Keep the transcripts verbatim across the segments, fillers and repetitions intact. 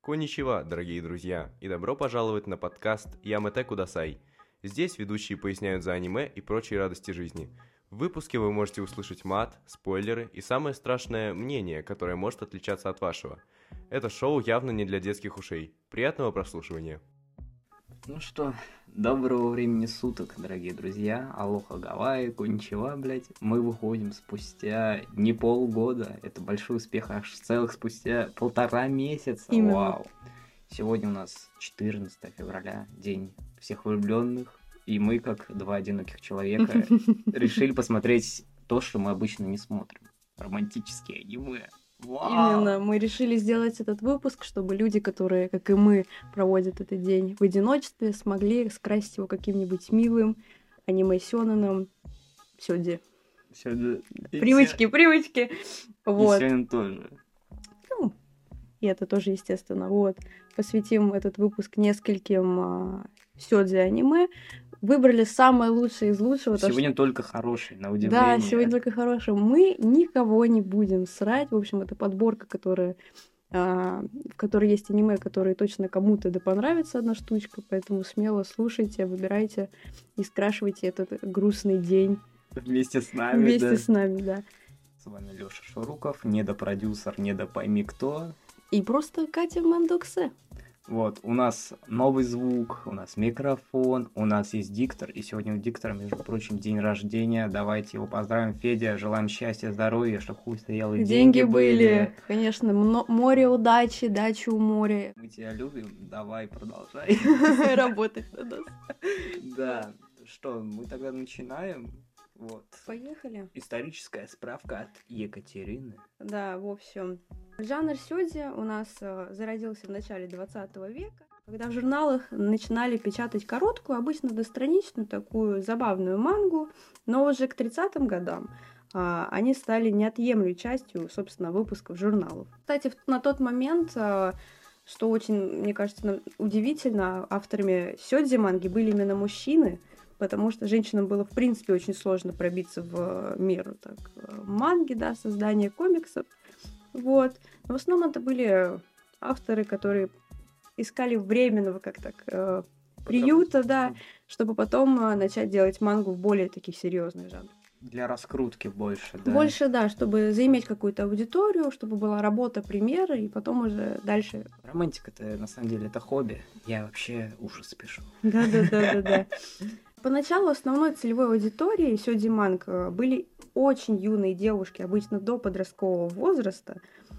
Конничева, дорогие друзья, и добро пожаловать на подкаст Ямэте Кудасай. Здесь ведущие поясняют за аниме и прочие радости жизни. В выпуске вы можете услышать мат, спойлеры и самое страшное мнение, которое может отличаться от вашего. Это шоу явно не для детских ушей. Приятного прослушивания. Ну что, доброго времени суток, дорогие друзья. Алоха Гавайи, конничева, блядь. Мы выходим спустя не полгода. Это большой успех, аж целых спустя полтора месяца. Именно. Вау. Сегодня у нас четырнадцатое февраля, день всех влюбленных. И мы, как два одиноких человека, решили посмотреть то, что мы обычно не смотрим. Романтические аниме. Вау! Именно, мы решили сделать этот выпуск, чтобы люди, которые, как и мы, проводят этот день в одиночестве, смогли скрасить его каким-нибудь милым аниме-сёнэном. Сёдзи. Сегодня... Привычки, привычки. Вот. И сегодня тоже. Ну, и это тоже, естественно. Вот. Посвятим этот выпуск нескольким а, сёдзи аниме. Выбрали самое лучшее из лучшего. то, Сегодня что... только хороший, на удивление. Да, сегодня только хорошее. Мы никого не будем срать. В общем, это подборка, которая, а, в которой есть аниме, которые точно кому-то да понравится одна штучка. Поэтому смело слушайте, выбирайте и скрашивайте этот грустный день Вместе с нами, вместе да. с нами, да. С вами Лёша Шуруков, недопродюсер, недопойми кто. И просто Катя Мандоксе. Вот, у нас новый звук, у нас микрофон, у нас есть диктор, и сегодня у диктора, между прочим, день рождения. Давайте его поздравим, Федя, желаем счастья, здоровья, чтобы хуй стоял и деньги, Деньги были. Конечно, мно- море удачи, дача у моря. Мы тебя любим, давай, продолжай. Работать на нас. Да, что, мы тогда начинаем. Вот. Поехали. Историческая справка от Екатерины. Да, в общем, жанр сёдзи у нас э, зародился в начале двадцатого века, когда в журналах начинали печатать короткую, обычно достраничную, такую забавную мангу, но уже к тридцатым годам э, они стали неотъемлемой частью, собственно, выпусков журналов. Кстати, в- на тот момент, э, что очень, мне кажется, на- удивительно, авторами сёдзи манги были именно мужчины, потому что женщинам было, в принципе, очень сложно пробиться в мир так, манги, да, создания комиксов. Вот. Но в основном это были авторы, которые искали временного, как так, э, приюта, да, чтобы потом э, начать делать мангу в более таких серьезных жанрах. Для раскрутки больше, да? Больше, да, чтобы заиметь какую-то аудиторию, чтобы была работа, примеры, и потом уже дальше. Романтика-то, на самом деле, это хобби. Я вообще ужас пишу. Да-да-да-да-да. Поначалу основной целевой аудиторией сёдзи манг э, были очень юные девушки, обычно до подросткового возраста.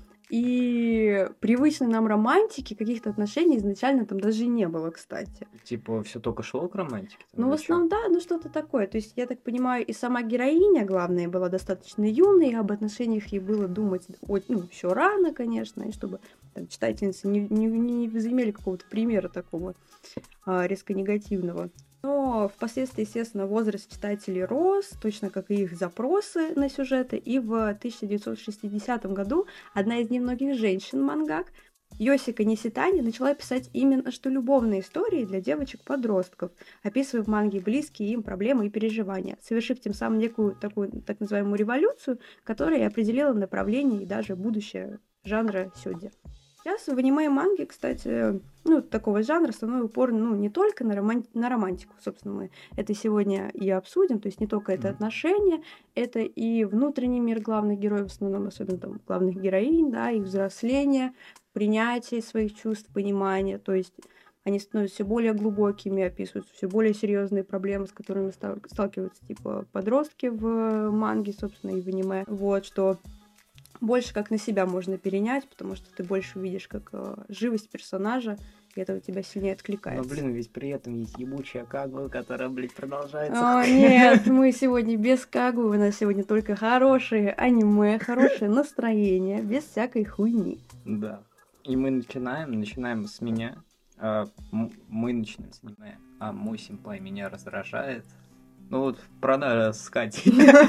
И привычной нам романтики, каких-то отношений изначально там даже не было, кстати. Типа, все только шло к романтике? Ну, в основном, да, ну что-то такое. То есть, я так понимаю, и сама героиня, главное, была достаточно юной, и об отношениях ей было думать о- ну, еще рано, конечно, и чтобы там, читательницы не, не, не возымели какого-то примера такого а, резко негативного. Но впоследствии, естественно, возраст читателей рос, точно как и их запросы на сюжеты. И в тысяча девятьсот шестидесятом году одна из немногих женщин-мангак, Йосика Ниситани, начала писать именно что любовные истории для девочек-подростков, описывая в манге близкие им проблемы и переживания, совершив тем самым некую такую так называемую революцию, которая и определила направление и даже будущее жанра сёдзи. Сейчас в аниме и манге, кстати, ну, такого жанра основной упор, ну, не только на, роман- на романтику, собственно, мы это сегодня и обсудим, то есть не только это Мгм. отношения, это и внутренний мир главных героев, в основном, особенно там главных героинь, да, их взросление, принятие своих чувств, понимание, то есть они становятся все более глубокими, описывают все более серьезные проблемы, с которыми ста- сталкиваются, типа, подростки в манге, собственно, и в аниме, вот, что больше как на себя можно перенять, потому что ты больше увидишь как э, живость персонажа, и это у тебя сильнее Но, откликается. блин, ведь при этом есть ебучая кагла, которая, блядь, продолжается. О, нет, мы сегодня без кагу, у нас сегодня только хорошие аниме, хорошее настроение, без всякой хуйни. Да. И мы начинаем, начинаем с меня. А, м- мы начинаем с аниме, а мой симпай меня раздражает. Ну вот, продажа с Катей.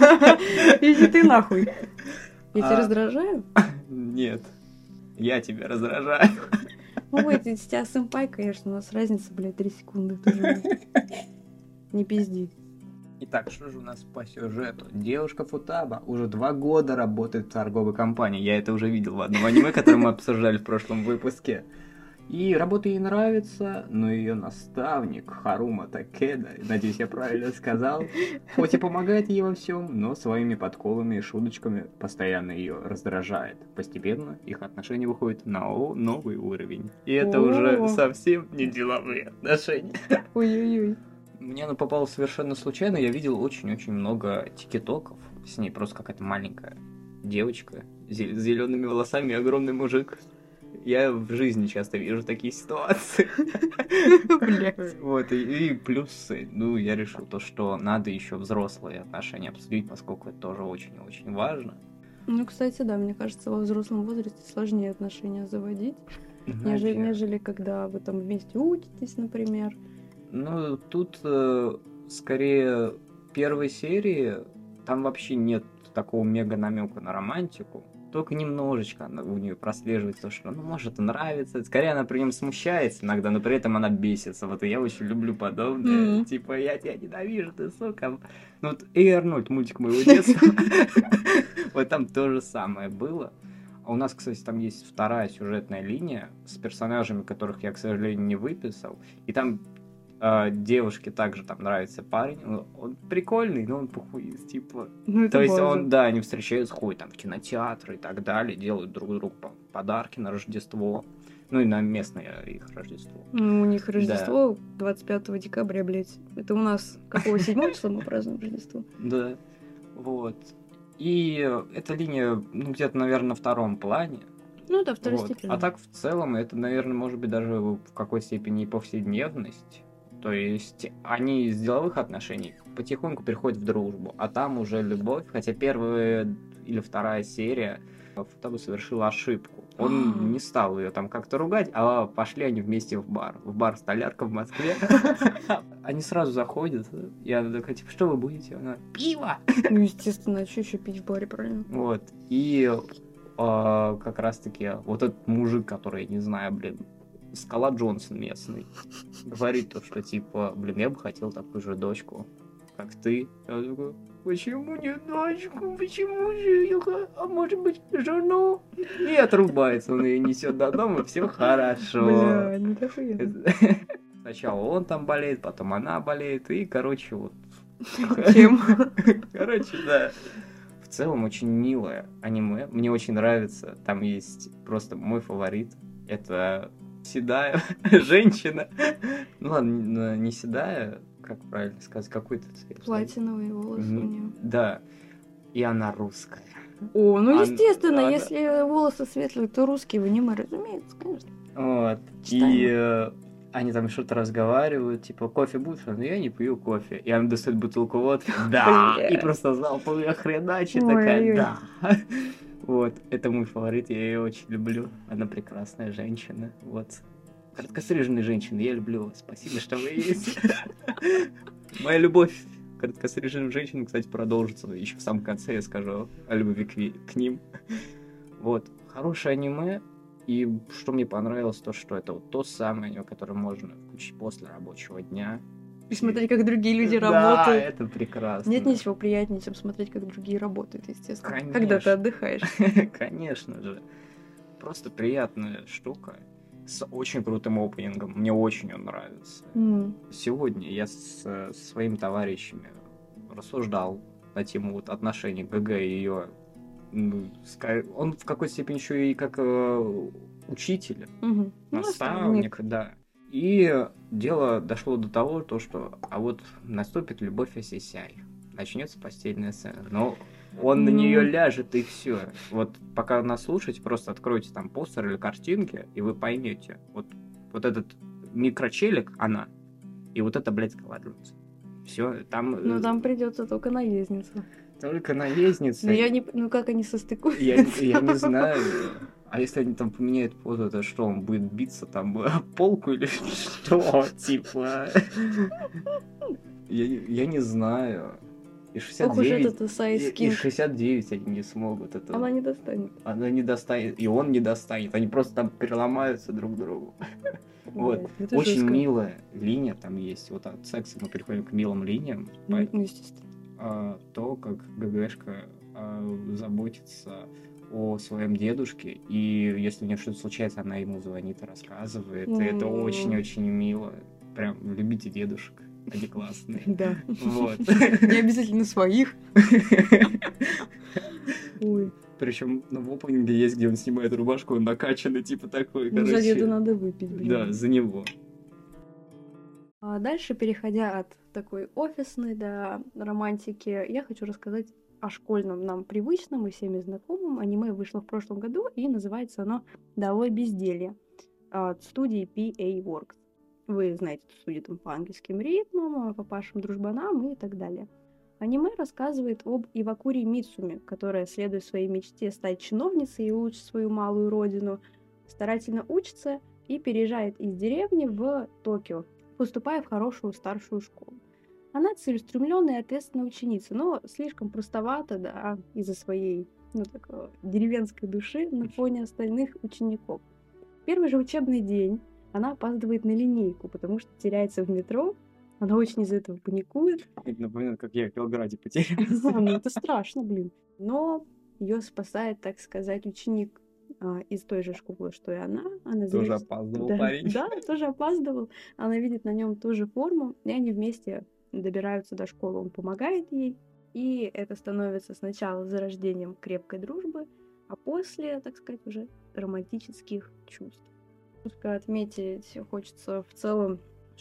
Иди ты нахуй. Я тебя А. раздражаю? Нет, я тебя раздражаю. Ну, выйти из тебя сэмпай, конечно, у нас разница, блядь, три секунды тоже. Не пизди. Итак, что же у нас по сюжету? Девушка Футаба уже два года работает в торговой компании. Я это уже видел в одном аниме, которое мы обсуждали в прошлом выпуске. И работа ей нравится, но ее наставник Харума Такеда, надеюсь, я правильно сказал, хоть и помогает ей во всем, но своими подколами и шуточками постоянно ее раздражает. Постепенно их отношения выходят на о- новый уровень. И это уже О. совсем не деловые отношения. Ой-ой-ой. Мне она попала совершенно случайно, я видел очень-очень много тикетоков. С ней просто какая-то маленькая девочка с зелеными волосами и огромный мужик. Я в жизни часто вижу такие ситуации. Блядь. Вот, и, и плюсы. Ну, я решил то, что надо еще взрослые отношения обсудить, поскольку это тоже очень-очень важно. Ну, кстати, да, мне кажется, во взрослом возрасте сложнее отношения заводить, нежели, Наверное. нежели когда вы там вместе учитесь, например. Ну, тут э, скорее первой серии там вообще нет такого мега намека на романтику. Только немножечко она, у нее прослеживается то, что, ну, может, и нравится. Скорее, она при нем смущается иногда, но при этом она бесится. Вот и я очень люблю подобное. Мгм. Типа, я тебя ненавижу, ты сука. Ну, вот Эй Арнольд, мультик моего детства. Вот там то же самое было. А у нас, кстати, там есть вторая сюжетная линия с персонажами, которых я, к сожалению, не выписал. И там э, девушке также там нравится парень. Он, он прикольный, но он похуист, типа. Ну, это То есть база. он, да, они встречаются, ходят там в кинотеатры и так далее, делают друг другу по- подарки на Рождество. Ну и на местное их Рождество. Ну, у них Рождество двадцать пятого декабря, блядь. Это у нас какого седьмого числа мы празднуем Рождество? Да, вот. И эта линия, ну, где-то, наверное, на втором плане. Ну да, Вот. второстепенно. А так, в целом, это, наверное, может быть даже в какой-то степени и повседневность. То есть они из деловых отношений потихоньку переходят в дружбу, а там уже любовь. Хотя первая или вторая серия Футабу совершил ошибку. Он не стал ее там как-то ругать, а пошли они вместе в бар. В бар «Столярка» в Москве. Они сразу заходят, и она такая, типа, что вы будете? Она, пиво! Ну, естественно, а что еще пить в баре, правильно? Вот. И а, как раз-таки вот этот мужик, который, я не знаю, блин, Скала Джонсон местный, говорит то, что типа, блин, я бы хотел такую же дочку, как ты. Я такой, почему не дочку? Почему же я х- а может быть, жену? И отрубается, он ее несет до дома, все хорошо. Бля, ну это охуенно. Сначала он там болеет, потом она болеет, и, короче, вот. Чем? Короче, да. В целом очень милое аниме. Мне очень нравится. Там есть просто мой фаворит. Это седая женщина. Ну ладно, не седая, как правильно сказать, какой-то цвет. Платиновые волосы у Мгм. нее. Да. И она русская. О, ну Ан- естественно, она- если волосы светлые, то русские в аниме, разумеется, конечно. Вот. Читаем. И э, они там что-то разговаривают, типа, кофе будешь? Ну, я не пью кофе. И она достает бутылку водки. Да. Бля. И просто залповые хреначи Ой-ой-ой. такая, да. Вот. Это мой фаворит, я ее очень люблю. Она прекрасная женщина. Вот. Короткостриженные женщины, я люблю вас. Спасибо, что вы есть. Моя любовь к короткостриженным женщинам, кстати, продолжится. Еще в самом конце я скажу о любви к, ви- к ним. Вот. Хорошее аниме. И что мне понравилось, то, что это вот то самое аниме, которое можно включить после рабочего дня. И смотреть, как другие люди Да, работают. это прекрасно. Нет ничего приятнее, чем смотреть, как другие работают, естественно. Конечно. Когда ты отдыхаешь. Конечно же. Просто приятная штука. С очень крутым опенингом. Мне очень он нравится. М. Сегодня я с, со своими товарищами рассуждал на тему вот отношений ГГ и ее. Ну, ска- он в какой-то степени еще и как э, учитель, Мгм. Ну, наставник, да. И дело дошло до того, то, что а вот наступит любовь Осисяй, начнется постельная сцена, но он на Ну. нее ляжет и все. Вот пока нас слушаете, просто откройте там постер или картинки, и вы поймете. Вот, вот этот микрочелик, она, и вот это, блядь, Скала Джонсон. Все, там, э, Ну, там придется только наездница. только наездница. Ну, я не... ну как они состыкуются? Я, я не знаю. А если они там поменяют позу, то что, он будет биться там об полку или что? Типа... Я, я не знаю. И шестьдесят Ох уж девять... этот Исай и, и Скин. шестьдесят девять они не смогут. Это... Она не достанет. Она не достанет. И он не достанет. Они просто там переломаются друг другу. Вот. Блядь, это Очень жестко. милая линия там есть. Вот от секса мы переходим к милым линиям. Ну, По- ну, естественно. а, то, как ГГшка а, заботится о своем дедушке, и если у нее что-то случается, она ему звонит и рассказывает. И это М. очень-очень мило. Прям любите дедушек, они классные. Да. Вот. Не обязательно своих. Ой. Причем в опенинге есть, где он снимает рубашку, он накачанный, типа такой, Ну, за короче. деда надо выпить, блин. Да, за него. А дальше, переходя от такой офисной до романтики, я хочу рассказать о школьном нам привычном и всеми знакомом. Аниме вышло в прошлом году, и называется оно «Долой безделье» от студии пи эй Works. Вы знаете эту студию там по ангельским ритмам, по Пашам дружбанам и так далее. Аниме рассказывает об Ивакури Мицуме, которая, следуя своей мечте стать чиновницей и улучшить свою малую родину, старательно учится и переезжает из деревни в Токио, поступая в хорошую старшую школу. Она целеустремленная и ответственная ученица, но слишком простовата, да, из-за своей, ну, такой деревенской души на фоне остальных учеников. В первый же учебный день она опаздывает на линейку, потому что теряется в метро. Она очень из-за этого паникует. Это напоминает, как я в Белграде потерялся. Ну, это страшно, блин. Но ее спасает, так сказать, ученик а, из той же школы, что и она. Она Тоже заметит- опаздывал да, парень. Да, тоже опаздывал. Она видит на нем ту же форму, и они вместе добираются до школы. Он помогает ей, и это становится сначала зарождением крепкой дружбы, а после, так сказать, уже романтических чувств. Только отметить хочется в целом,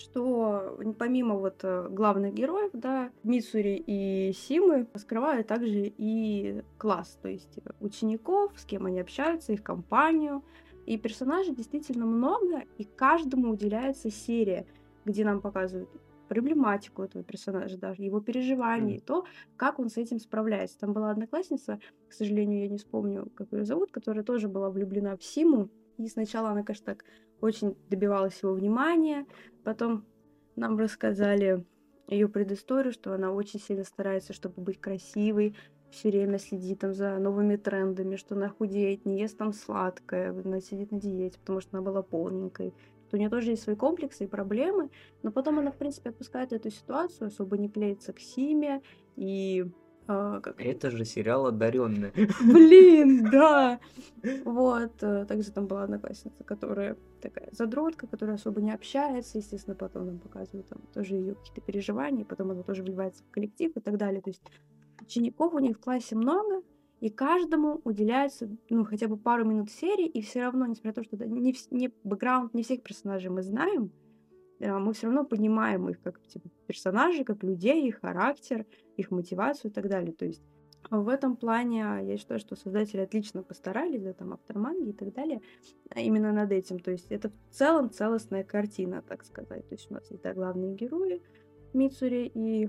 что помимо вот э, главных героев, да, Мицури и Симы раскрывают также и класс, то есть э, учеников, с кем они общаются, их компанию. И персонажей действительно много, и каждому уделяется серия, где нам показывают проблематику этого персонажа, даже его переживания, Мгм. и то, как он с этим справляется. Там была одноклассница, к сожалению, я не вспомню, как ее зовут, которая тоже была влюблена в Симу. И сначала она, конечно, так очень добивалась его внимания. Потом нам рассказали ее предысторию, что она очень сильно старается, чтобы быть красивой, все время следит там за новыми трендами, что она худеет, не ест там сладкое, она сидит на диете, потому что она была полненькой. Что у нее тоже есть свои комплексы и проблемы, но потом она, в принципе, отпускает эту ситуацию, особо не клеится к Симе и... а, как... Это же сериал «Одаренные». Блин, да! Вот, э, также там была одноклассница, которая такая задротка, которая особо не общается, естественно, потом нам показывают там тоже ее какие-то переживания, потом она тоже вливается в коллектив и так далее. То есть учеников у них в классе много, и каждому уделяется, ну, хотя бы пару минут серии, и все равно, несмотря на то, что да, не, вс- не бэкграунд, не всех персонажей мы знаем, э, мы все равно понимаем их как типа, персонажей, как людей, их характер, их мотивацию и так далее. То есть в этом плане а, я считаю, что создатели отлично постарались, да, там автор манги и так далее, а именно над этим. То есть это в целом целостная картина, так сказать. То есть у нас есть да, главные герои Мицури и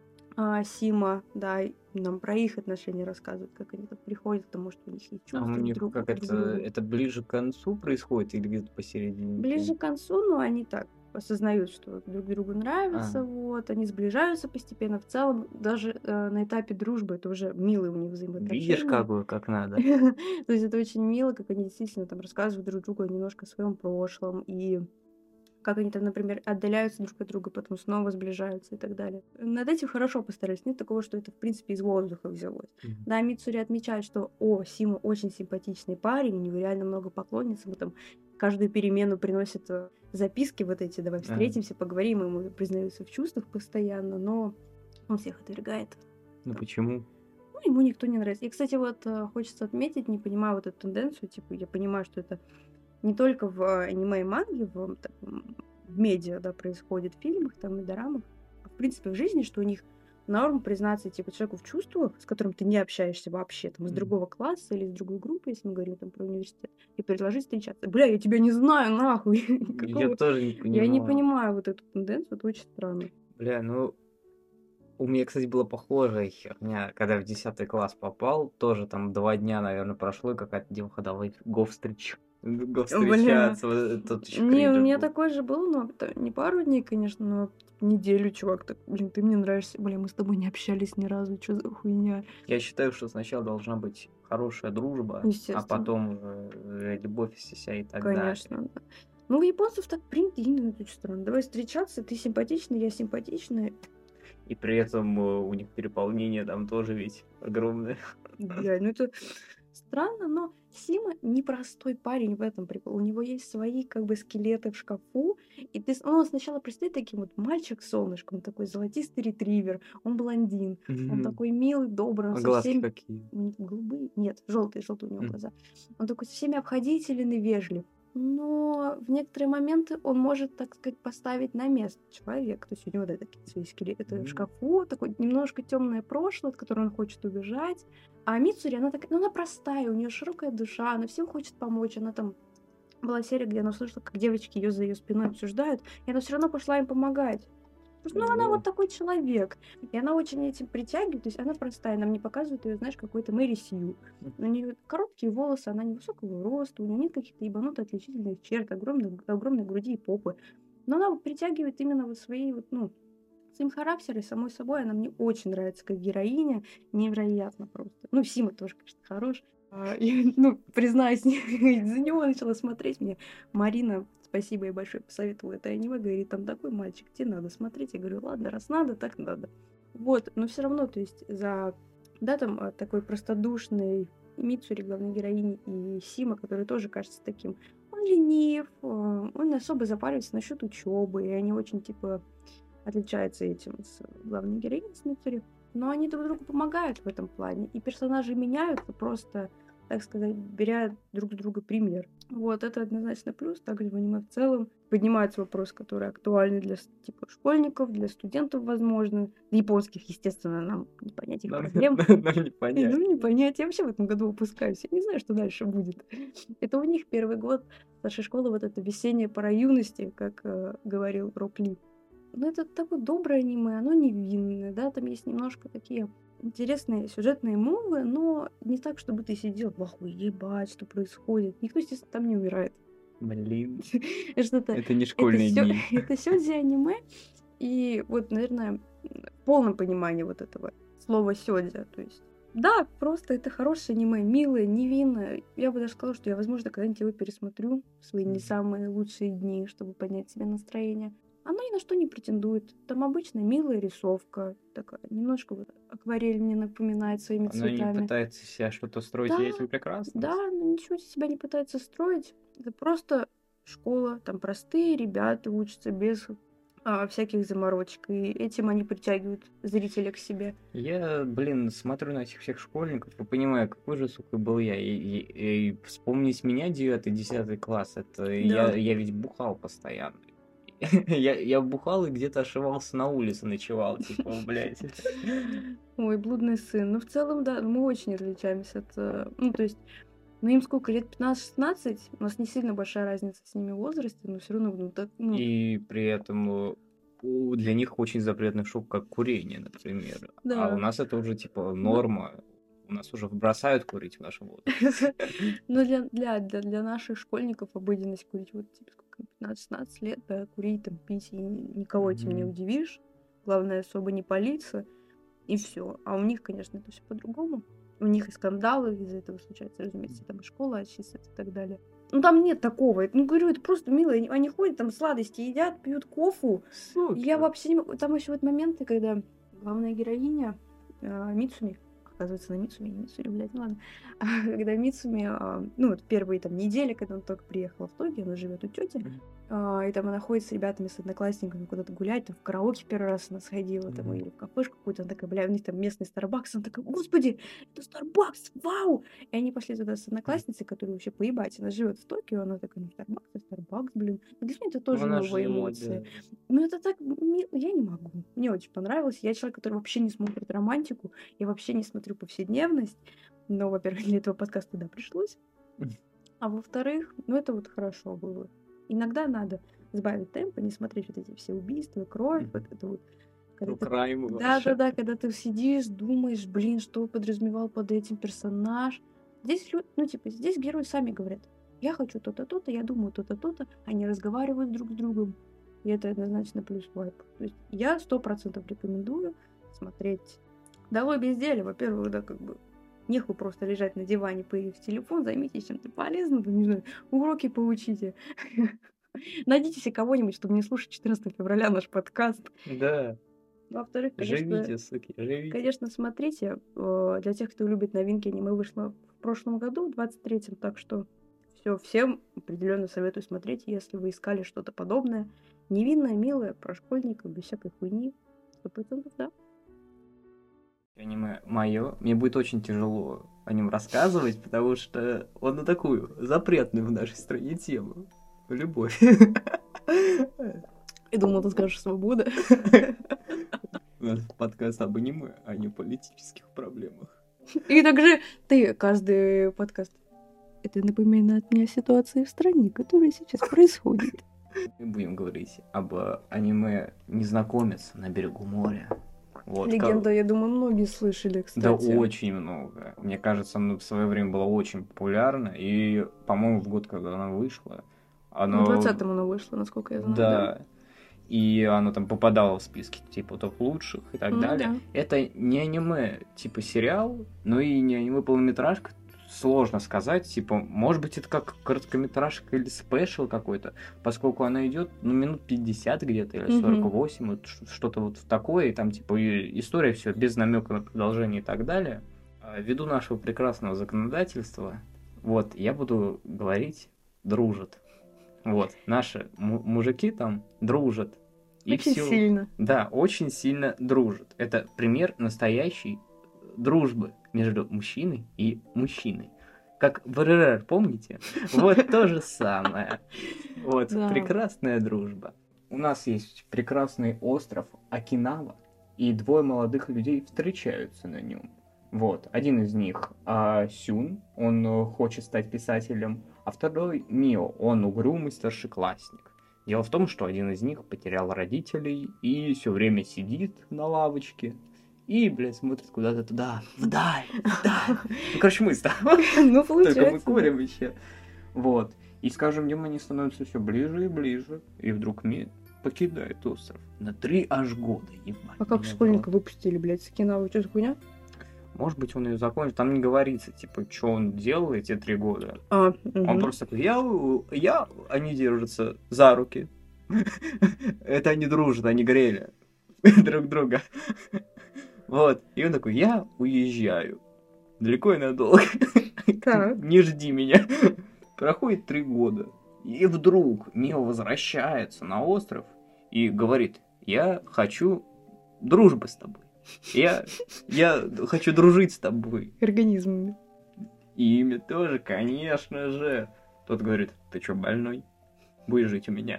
а, Сима, да, и нам про их отношения рассказывают, как они там приходят к тому, что у них есть А чувства у них друг как к это, другу. это ближе к концу происходит или где-то посередине? Ближе к концу, но они так осознают, что друг другу нравятся, А. вот, они сближаются постепенно. В целом, даже э, на этапе дружбы это уже милые у них взаимоотношения. Видишь, как бы, как надо. То есть это очень мило, как они действительно там рассказывают друг другу немножко о своем прошлом, и как они там, например, отдаляются друг от друга, потом снова сближаются и так далее. Над этим хорошо постарались. Нет такого, что это, в принципе, из воздуха взялось. Мгм. Да, Мицури отмечает, что, о, Сима очень симпатичный парень, у него реально много поклонниц, ему там каждую перемену приносят э, записки вот эти, давай Ага. встретимся, поговорим, ему признаются в чувствах постоянно, но он всех отвергает. Ну почему? Ну, ему никто не нравится. И, кстати, вот э, хочется отметить, не понимаю вот эту тенденцию, типа, я понимаю, что это не только в э, аниме и манге, в, так, м, в медиа, да, происходит, в фильмах там и дорамах, а в принципе в жизни, что у них норм признаться, типа, человеку в чувствах, с которым ты не общаешься вообще, там, из Мгм. другого класса или из другой группы, если мы говорим там про университет, и предложить встречаться. Бля, я тебя не знаю, нахуй! Я Какого- тоже не понимаю. Я не понимаю вот эту тенденцию, это очень странно. Бля, ну... У меня, кстати, была похожая херня, когда в десятый класс попал, тоже там два дня, наверное, прошло, и какая-то девушка давай го встреч... го встречаться. Вот это тут ещё Не, у кринж меня был. такое же было, но это не пару дней, конечно, но неделю, чувак, так, блин, ты мне нравишься. Бля, мы с тобой не общались ни разу, что за хуйня? Я считаю, что сначала должна быть хорошая дружба, а Естественно. потом уже э, любовь вся и так Конечно, далее. да. Ну, у японцев так принято, и это очень странно. Давай встречаться, ты симпатичный, я симпатичная. И при этом э, у них переполнение там тоже ведь огромное. Бля, ну это странно, но Сима непростой парень в этом прикол. У него есть свои как бы скелеты в шкафу, и ты... с- он сначала предстоит таким вот мальчик-солнышко, он такой золотистый ретривер, он блондин, он такой милый, добрый, он А со глазки всеми... какие? У них голубые? Нет, желтые, желтые у него Мгм. глаза. Он такой со всеми обходителен и вежлив. Но в некоторые моменты он может, так сказать, поставить на место человека. То есть у него, да, такие свои скелеты в Мгм. шкафу, такое немножко темное прошлое, от которого он хочет убежать. А Мицури, она такая, ну, она простая, у нее широкая душа, она всем хочет помочь. Она там была серия, где она услышала, как девочки ее за ее спиной обсуждают, и она все равно пошла им помогать. Потому что, ну, она Ого. вот такой человек. И она очень этим притягивает. То есть она простая. Нам не показывают ее, знаешь, какой-то Мэри Сью. У нее короткие волосы, она невысокого роста, у нее нет каких-то ебанутых отличительных черт, огромной, огромной груди и попы. Но она вот притягивает именно вот своей вот, ну, своим характером, и самой собой она мне очень нравится как героиня. Невероятно просто. Ну, Сима тоже, конечно, хорош. А, и, ну, признаюсь, из-за него начала смотреть. Мне Марина, спасибо ей большое, посоветовала это аниме. Говорит, там такой мальчик, тебе надо смотреть. Я говорю, ладно, раз надо, так надо. Вот, но все равно, то есть за, да, там а, такой простодушный Мицури, главной героини, и Сима, который тоже кажется таким, он ленив, а, он не особо запаривается насчет учебы, и они очень, типа, отличаются этим с главной героиней, с Мицури. Но они друг другу помогают в этом плане, и персонажи меняются просто, так сказать, беря друг с друга пример. Вот, это однозначно плюс. Также в аниме в целом поднимается вопрос, который актуальный для с- типа школьников, для студентов, возможно. Для японских, естественно, нам не понять их Нам, проблем. нам не И, понять. ну, не понять. Я вообще в этом году выпускаюсь. Я не знаю, что дальше будет. Это у них первый год старшей школы, вот это весенняя пора юности, как э, говорил Рок Ли. Ну, это такое доброе аниме, оно невинное, да, там есть немножко такие интересные сюжетные мувы, но не так, чтобы ты сидел, вахуй, ебать, что происходит. Никто, естественно, там не умирает. Блин, Что-то... это не Это школьные все, дни. это сёдзи аниме, и вот, наверное, в полном понимании вот этого слова сёдзи, то есть да, просто это хорошее аниме, милое, невинное. Я бы даже сказала, что я, возможно, когда-нибудь его пересмотрю в свои не самые лучшие дни, чтобы поднять себе настроение. Оно ни на что не претендует. Там обычно милая рисовка, такая, немножко вот акварель мне напоминает своими Она не цветами. пытается себя что-то строить, Да, и этим прекрасно. Да, но ничего из себя не пытается строить. Это просто школа, там простые ребята учатся без а, всяких заморочек, и этим они притягивают зрителя к себе. Я, блин, смотрю на этих всех школьников и понимаю, какой же, сука, был я. И, и- и вспомнить меня, девятый, десятый класс, это я, я ведь бухал постоянно. Я, я бухал и где-то ошивался на улице, ночевал, типа, блядь. Ой, блудный сын. Ну, в целом, да, мы очень отличаемся от... э, Ну, то есть, ну, им сколько, лет пятнадцать-шестнадцать? У нас не сильно большая разница с ними в возрасте, но все равно, ну, так, ну, И при этом э, у- для них очень запретный шок, как курение, например. А Да. у нас это уже, типа, норма. У нас уже бросают курить в нашем возрасте. ну, для, для, для, для наших школьников обыденность курить, вот, типа, сколько, пятнадцать-шестнадцать лет, да, курить, там, пить, и никого этим не Мгм. удивишь. Главное, особо не палиться, и все. А у них, конечно, это все по-другому. У них и скандалы из-за этого случаются, разумеется, там и школа очистится и так далее. Ну, там нет такого. Ну, говорю, это просто мило. Они, они ходят, там сладости едят, пьют кофу. Супер. Я вообще не могу. Там еще вот моменты, когда главная героиня э, Мицуми, оказывается, на Мицуми, не Мицури, блядь, ну ладно. Когда Мицуми, а, ну, вот первые там недели, когда он только приехал в Токио, она живет у тети, Мгм. а, и там она ходит с ребятами, с одноклассниками куда-то гулять, там в караоке первый раз она сходила, там, Мгм. или в кафешку какую-то, она такая, бля, у них там местный Starbucks, она такая, господи, это Starbucks, вау! И они пошли туда с одноклассницей, которая вообще поебать, она живет в Токио, она такая, ну, Starbucks, это Starbucks, блин. Для меня это тоже Ну, она новые же, эмоции. да. Ну, это так, ми- я не могу. Мне очень понравилось. Я человек, который вообще не смотрит романтику, я вообще не смотрю повседневность. Но, во-первых, для этого подкаста, да, пришлось. А во-вторых, ну, это вот хорошо было. Иногда надо сбавить темп, и не смотреть вот эти все убийства, кровь, Мгм. вот это вот. Когда True ты... crime Да, вообще. да, да, когда ты сидишь, думаешь, блин, что подразумевал под этим персонаж. Здесь, лю- ну, типа, здесь герои сами говорят, я хочу то-то, то-то, я думаю то-то, то-то. Они разговаривают друг с другом. И это однозначно плюс вайп. То есть я сто процентов рекомендую смотреть. Долой безделие, во-первых, да, как бы нехуй просто лежать на диване, пырить в телефон, займитесь чем-то полезным, там, не знаю, уроки поучите. Найдите себе кого-нибудь, чтобы не слушать четырнадцатого февраля наш подкаст. Да, Во-вторых, конечно, живите, суки, живите. конечно, смотрите. э, Для тех, кто любит новинки, аниме вышло в прошлом году, в двадцать третьем, так что все, всем определенно советую смотреть, если вы искали что-то подобное. Невинное, милое, про школьников, без всякой хуйни. Сто процентов, да. Аниме мое. Мне будет очень тяжело о нем рассказывать, потому что он на такую запретную в нашей стране тему. Любовь. Я думала, ты скажешь свобода. У нас подкаст об аниме, а не политических проблемах. И также ты каждый подкаст. Это напоминает мне о ситуации в стране, которая сейчас происходит. Мы будем говорить об аниме «Незнакомец на берегу моря». Вот, Легенда, как... я думаю, многие слышали, кстати. Да, очень много. Мне кажется, оно в свое время было очень популярно. И, по-моему, в год, когда оно вышло, оно... В двадцатом оно вышло, насколько я знаю. Да. Да. И оно там попадало в списки типа топ лучших и так Ну, далее. да. Это не аниме типа сериал, но и не аниме полнометражка. Сложно сказать, типа, может быть, это как короткометражка или спешл какой-то, поскольку она идет, ну, минут пятьдесят где-то, или сорок восемь, вот что-то вот такое, и там, типа, и история все без намека на продолжение и так далее. А ввиду нашего прекрасного законодательства, вот, я буду говорить «дружат». Вот, наши му- мужики там дружат. И Очень всё- сильно. Да, очень сильно дружат. Это пример настоящей дружбы между мужчиной и мужчиной. Как в эр эр эр, помните? Вот то же самое. Вот, Да. прекрасная дружба. У нас есть прекрасный остров Окинава, и двое молодых людей встречаются на нем. Вот, один из них а, Сюн, он э, хочет стать писателем, а второй Мио, он угрюмый старшеклассник. Дело в том, что один из них потерял родителей и все время сидит на лавочке и, блядь, смотрит куда-то туда, вдаль, вдаль. Ну, короче, мы с тобой. Ну, Только мы получается. курим еще. Вот. И с каждым днем они становятся все ближе и ближе. И вдруг Ми покидает остров. На три аж года, ебать. А как меня школьника было. выпустили, блядь, с Окинавы? Что за хуйня? Может быть, он ее закончит. Там не говорится, типа, что он делал эти три года. А, Он мгм. просто такой, я, я, они держатся за руки. Это они дружат, они грели друг друга. Вот. И он такой, я уезжаю. Далеко и надолго. Так. Не жди меня. Проходит три года. И вдруг Мио возвращается на остров и говорит, я хочу дружбы с тобой. Я, я хочу дружить с тобой. Организмами. И имя тоже, конечно же. Тот говорит, ты что, больной? Будешь жить у меня.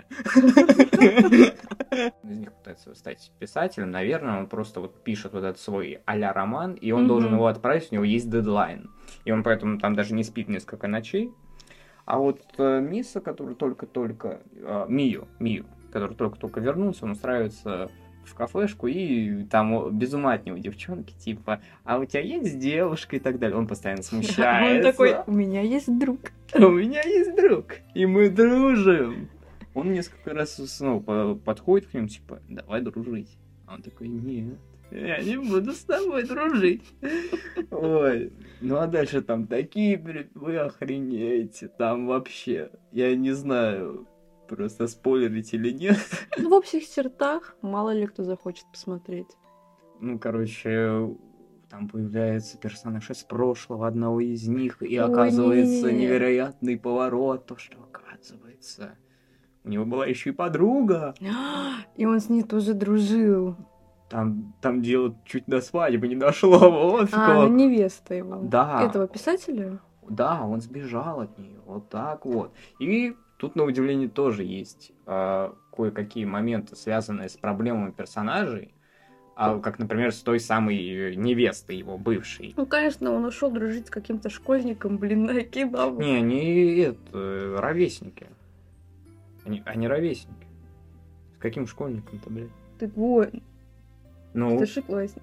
Из них пытается стать писателем. Наверное, он просто вот пишет вот этот свой а-ля роман, и он Мгм. должен его отправить, у него есть дедлайн. И он поэтому там даже не спит несколько ночей. А вот э, Миса, который только-только... э, Мию, Мию, который только-только вернулся, он устраивается в кафешку, и там без ума от него девчонки, типа, а у тебя есть девушка и так далее. Он постоянно смущается. Он такой, у меня есть друг. У меня есть друг, и мы дружим. Он несколько раз ну, по- подходит к нему, типа, давай дружить. А он такой, нет, я не буду с тобой дружить. Ой, ну а дальше там такие, блин, вы охренеете, там вообще, я не знаю, просто спойлерить или нет. Ну, в общих чертах, мало ли кто захочет посмотреть. Ну, короче, там появляется персонаж из прошлого одного из них, и Ой, оказывается не-не-не. невероятный поворот, то, что оказывается, у него была еще и подруга. И он с ней тоже дружил. Там, там дело чуть до свадьбы не дошло, вот А, как. ну невеста его. Да. Этого писателя? Да, он сбежал от нее, вот так вот. И тут, на удивление, тоже есть э, кое-какие моменты, связанные с проблемами персонажей, а, как, например, с той самой невестой его, бывшей. Ну, конечно, он ушел дружить с каким-то школьником, блин, на Окинаву. Не, они это, ровесники. Они, они ровесники. С каким школьником-то, блядь? Так вот, Ну, старшеклассник.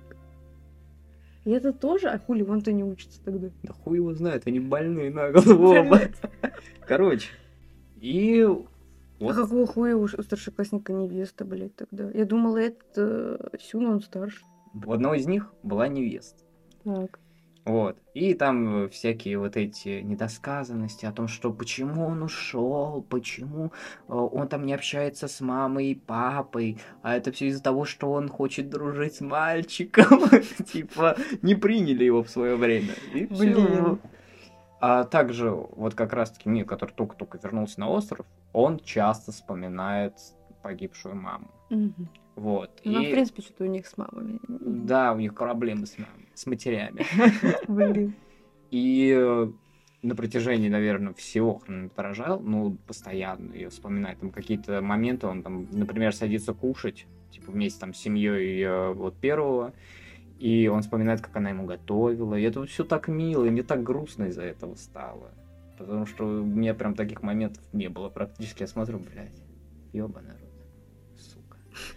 И это тоже? А хули, вон-то не учится тогда. да хуй его знает, они больные на голову оба. Короче, и А вот какого хуя у у старшеклассника невеста, блядь, тогда? Я думала, это Сюн, он старше. у одного из них была невеста. Так. Вот. И там всякие вот эти недосказанности о том, что почему он ушел, почему э, он там не общается с мамой и папой, а это все из-за того, что он хочет дружить с мальчиком. Типа, не приняли его в свое время. И всё. Блин. А также, вот как раз-таки Мия, который только-только вернулся на остров, он часто вспоминает погибшую маму. Мгм. Вот. Ну, И в принципе, что-то у них с мамами. да, у них проблемы с, мам- с матерями. Блин. И э, на протяжении, наверное, всего хронометража, ну, постоянно ее вспоминает. Там какие-то моменты, он там, например, садится кушать, типа вместе там с семьей э, вот первого, и он вспоминает, как она ему готовила. И это все так мило, и мне так грустно из-за этого стало. Потому что у меня прям таких моментов не было. Практически я смотрю, блядь, ёбаный рот, сука.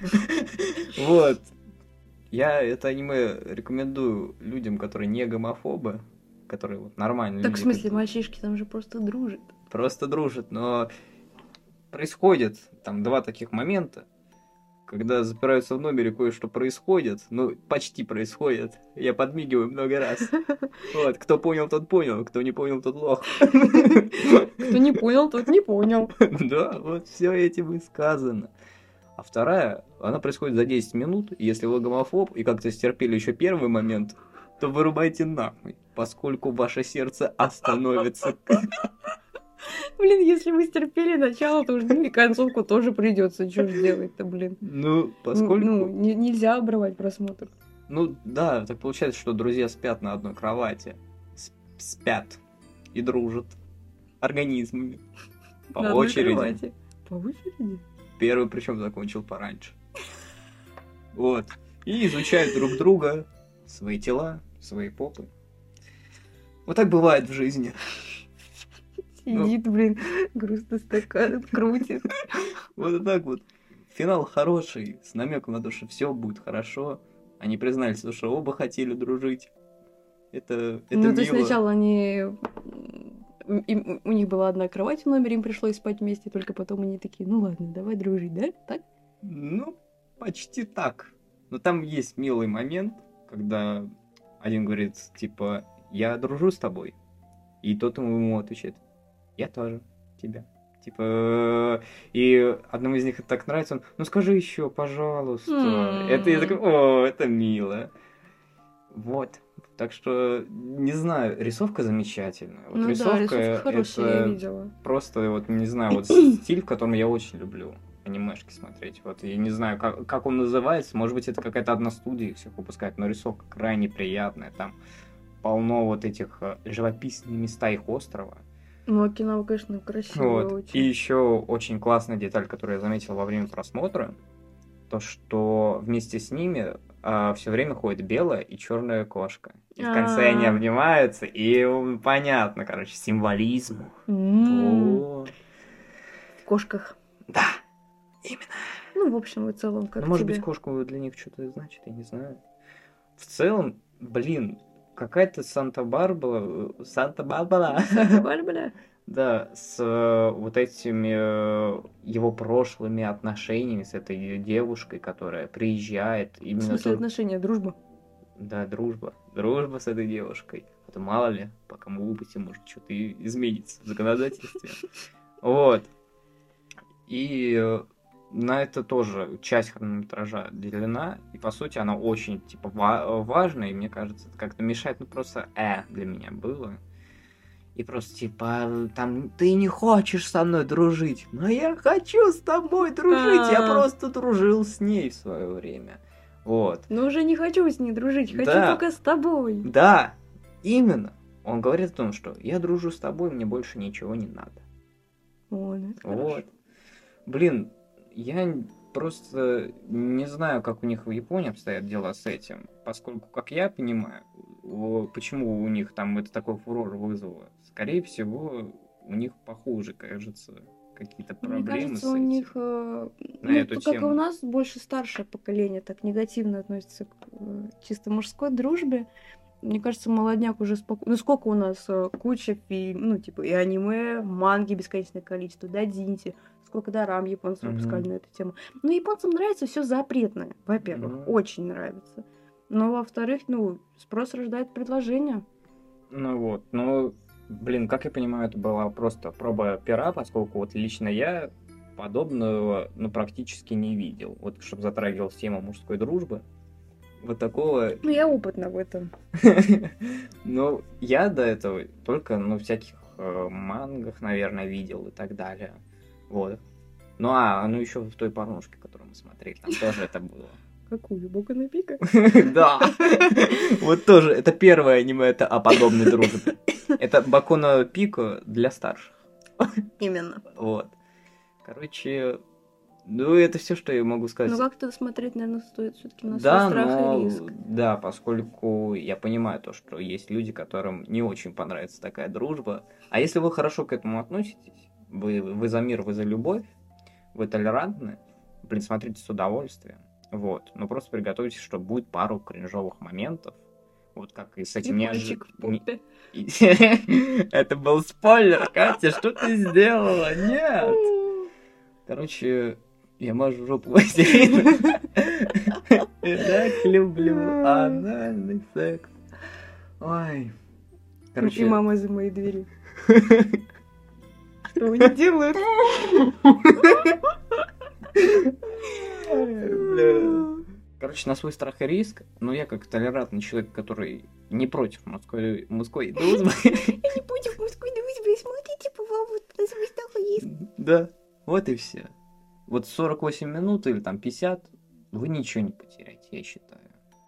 Вот. Я это аниме рекомендую людям, которые не гомофобы, которые вот нормальные Так, в люди, смысле, которые мальчишки там же просто дружат. просто дружат, но происходит там два таких момента, когда запираются в номере, кое-что происходит, ну, почти происходит. Я подмигиваю много раз. Вот, кто понял, тот понял, кто не понял, тот лох. Кто не понял, тот не понял. Да, вот все этим и сказано. А вторая, она происходит за десять минут, и если вы гомофоб и как-то стерпели еще первый момент, то вырубайте нахуй, поскольку ваше сердце остановится. Блин, если вы стерпели начало, то уже и концовку тоже придется. Что же делать-то, блин? Ну, поскольку... Ну, не- нельзя обрывать просмотр. Ну, да, так получается, что друзья спят на одной кровати. С- Спят и дружат организмами. По На одной очереди. кровати. По очереди? Первый причем закончил пораньше. Вот. И изучают друг друга, свои тела, свои попы. Вот так бывает в жизни. Сидит, блин, грустно стакан крутит. Вот так вот. Финал хороший, с намеком на то, что все будет хорошо. Они признались, что оба хотели дружить. Это, это Ну, то есть мило. сначала они... м, им- у них была одна кровать в номере, им пришлось спать вместе, только потом они такие, ну ладно, давай дружить, да? Так? Ну, почти так. Но там есть милый момент, когда один говорит, типа, я дружу с тобой. И тот ему отвечает, я тоже тебя. Типа, и одному из них это так нравится, он, ну скажи еще, пожалуйста. М. Это я такой, о, это мило. Вот. Так что, не знаю, рисовка замечательная. Вот Ну да, рисовка, рисовка хорошая, я это видела. просто, вот, не знаю, вот стиль, в котором я очень люблю анимешки смотреть. Вот, я не знаю, как, как он называется, может быть, это какая-то одна студия их всех выпускает, но рисовка крайне приятная, там полно вот этих э, живописных места их острова. Ну, Окинава, конечно, красивая Вот. очень. И еще очень классная деталь, которую я заметил во время просмотра, то, что вместе с ними все время ходит белая и черная кошка. И в конце они А. обнимаются, и м, понятно, короче, символизм. М, Вот. В кошках. Да, именно. Ну, в общем и целом, как Ну, может тебе? быть, кошка для них что-то значит, я не знаю. В целом, блин, какая-то Санта-Барбара... Санта-Барбара. Санта-Барбара? Да, с э, вот этими э, его прошлыми отношениями с этой девушкой, которая приезжает В именно... смысле то- отношения, дружба? Да, дружба. Дружба с этой девушкой. А то мало ли, по кому выпустим, может что-то и изменится в законодательстве. Вот. И э, на это тоже часть хронометража делена. И, по сути, она очень, типа, ва- важная. И, мне кажется, это как-то мешает. Ну, просто э для меня было. И просто, типа, там, ты не хочешь со мной дружить. Но я хочу с тобой дружить. Я А. просто дружил с ней в свое время. Вот. Но уже не хочу с ней дружить, хочу Да. только с тобой. Да, именно. Он говорит о том, что я дружу с тобой, мне больше ничего не надо. О, ну это Вот. хорошо. Блин, я просто не знаю, как у них в Японии обстоят дела с этим, поскольку, как я понимаю, о, почему у них там это такой фурор вызвало. Скорее всего, у них похуже, кажется, какие-то Мне проблемы кажется, с у этим. них, э, на ну, эту то, как и тему. у нас, больше старшее поколение так негативно относится к э, чисто мужской дружбе. Мне кажется, молодняк уже спокойно... Ну, сколько у нас э, куча фильмов, ну, типа, и аниме, манги бесконечное количество, да, динти, сколько дорам японцы Мгм. выпускали на эту тему. Но японцам нравится все запретное, во-первых, Ну. очень нравится. Но, во-вторых, ну, спрос рождает предложение. Ну вот, ну, блин, как я понимаю, это была просто проба пера, поскольку вот лично я подобного, ну, практически не видел. Вот, чтобы затрагивал тему мужской дружбы. вот такого... Ну, я опытна в этом. Ну, я до этого только, ну, всяких э, мангах, наверное, видел и так далее. Вот. Ну, а, ну, еще в той порнушке, которую мы смотрели, там тоже это было. Какую? Боку на пика? Да. Вот тоже, это первое аниме, это о подобной дружбе. Это Боку на Пико для старших. Именно. Вот. Короче, ну, это все, что я могу сказать. Ну, как-то смотреть, наверное, стоит все-таки на Да, свой страх но, и риск. да, поскольку я понимаю то, что есть люди, которым не очень понравится такая дружба. А если вы хорошо к этому относитесь, вы, вы за мир, вы за любовь, вы толерантны, блин, смотрите с удовольствием. Вот. Но просто приготовьтесь, что будет пару кринжовых моментов. Вот как и с этим Прикольчик в попе. Это был спойлер, Катя, что ты сделала? Нет! Короче, я мажу жопу Василину. Я так люблю анальный секс. Ой. И мама за моей двери. Что они делают? Короче, на свой страх и риск, но я как толерантный человек, который не против мужской, мужской дружбы. Я не против мужской дружбы, смотрите, по-моему, на свой страх и риск. Да, вот и все. Вот сорок восемь минут или там пятьдесят, вы ничего не потеряете, я считаю.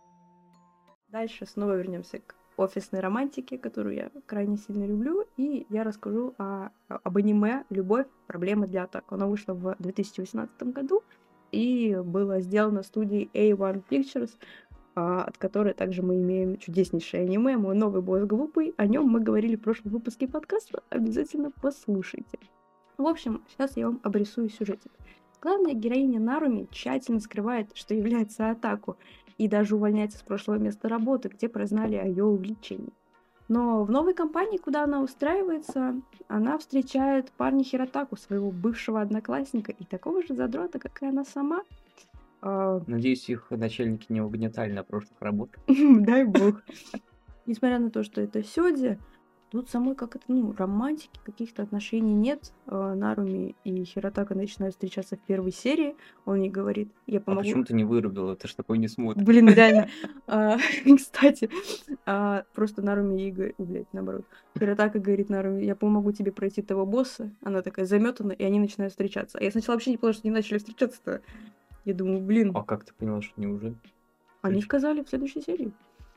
Дальше снова вернемся к офисной романтике, которую я крайне сильно люблю, и я расскажу о, об аниме «Любовь. Проблемы для атак». Оно вышло в две тысячи восемнадцатом году и было сделано студией эй один Pictures, от которой также мы имеем чудеснейшее аниме «Мой новый босс глупый». О нем мы говорили в прошлом выпуске подкаста, обязательно послушайте. В общем, сейчас я вам обрисую сюжетик. Главная героиня Наруми тщательно скрывает, что является Атаку, и даже увольняется с прошлого места работы, где прознали о ее увлечении. Но в новой компании, куда она устраивается, она встречает парня Хиротаку, своего бывшего одноклассника, и такого же задрота, как и она сама. Надеюсь, их начальники не угнетали на прошлых работах. Дай бог. Несмотря на то, что это сёдзи, тут самой как это, ну, романтики, каких-то отношений нет. Наруми и Хиротака начинают встречаться в первой серии. Он ей говорит, я помогу. А почему ты не вырубила? Ты ж такой не смотришь. Блин, реально. Кстати, просто Наруми ей говорит, блядь, наоборот. Хиротака говорит Наруми, я помогу тебе пройти того босса. Она такая заметана, и они начинают встречаться. А я сначала вообще не поняла, что они начали встречаться-то. Я думаю, блин. А как ты поняла, что не уже? Они сказали в следующей серии.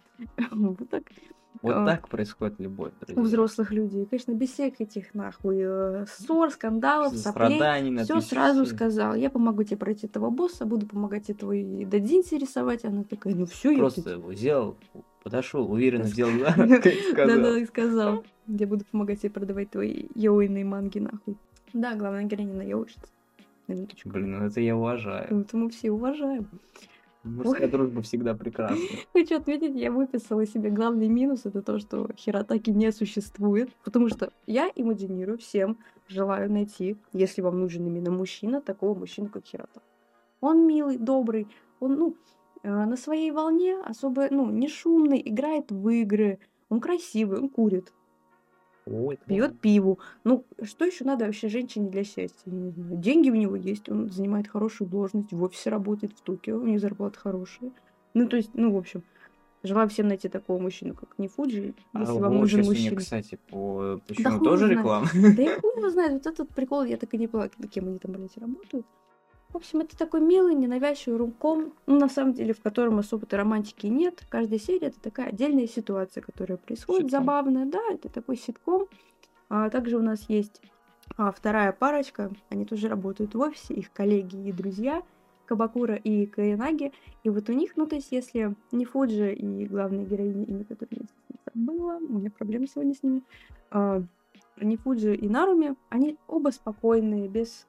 Вот так. Вот а, так происходит любовь, друзья. У взрослых людей. Конечно, без всех этих, нахуй, ссор, скандалов, соплей. Все сразу сказал. Я помогу тебе пройти этого босса, буду помогать тебе твой дадзинси рисовать. Она такая, ну все, я... Просто его взял, подошел, уверенно сделал, да-да, и сказал. Я буду помогать тебе продавать твои йоиные манги, нахуй. Да, главная героиня наёшится. Блин, ну это я уважаю. Это мы все уважаем. Мужская дружба всегда прекрасна. Хочу отметить, я выписала себе главный минус, это то, что Хиротаки не существует, потому что я имагинирую, всем желаю найти, если вам нужен именно мужчина, такого мужчину, как Хиротака. Он милый, добрый, он, ну, на своей волне, особо, ну, не шумный, играет в игры, он красивый, он курит. Ой, пьет пиву. Ну, что еще надо вообще женщине для счастья? Не знаю. Деньги у него есть, он занимает хорошую должность, в офисе работает в Токио, у него зарплата хорошая. Ну, то есть, ну, в общем, желаю всем найти такого мужчину, как Нифуджи, если а вам нужен мужчина. Мне, кстати, по... Почему да тоже реклама? Да я хуй его знает, вот этот прикол, я так и не поняла, кем они там, блядь, работают. В общем, это такой милый, ненавязчивый румком, ну, на самом деле, в котором особо-то романтики нет. Каждая серия — это такая отдельная ситуация, которая происходит, ситком. Забавная, да, это такой ситком. А также у нас есть а, вторая парочка, они тоже работают в офисе, их коллеги и друзья, Кабакура и Каянаги. И вот у них, ну, то есть, если Нифуджи и главная героиня, имя которой я забыла, у меня проблемы сегодня с ними, а, Нифуджи и Наруми, они оба спокойные, без...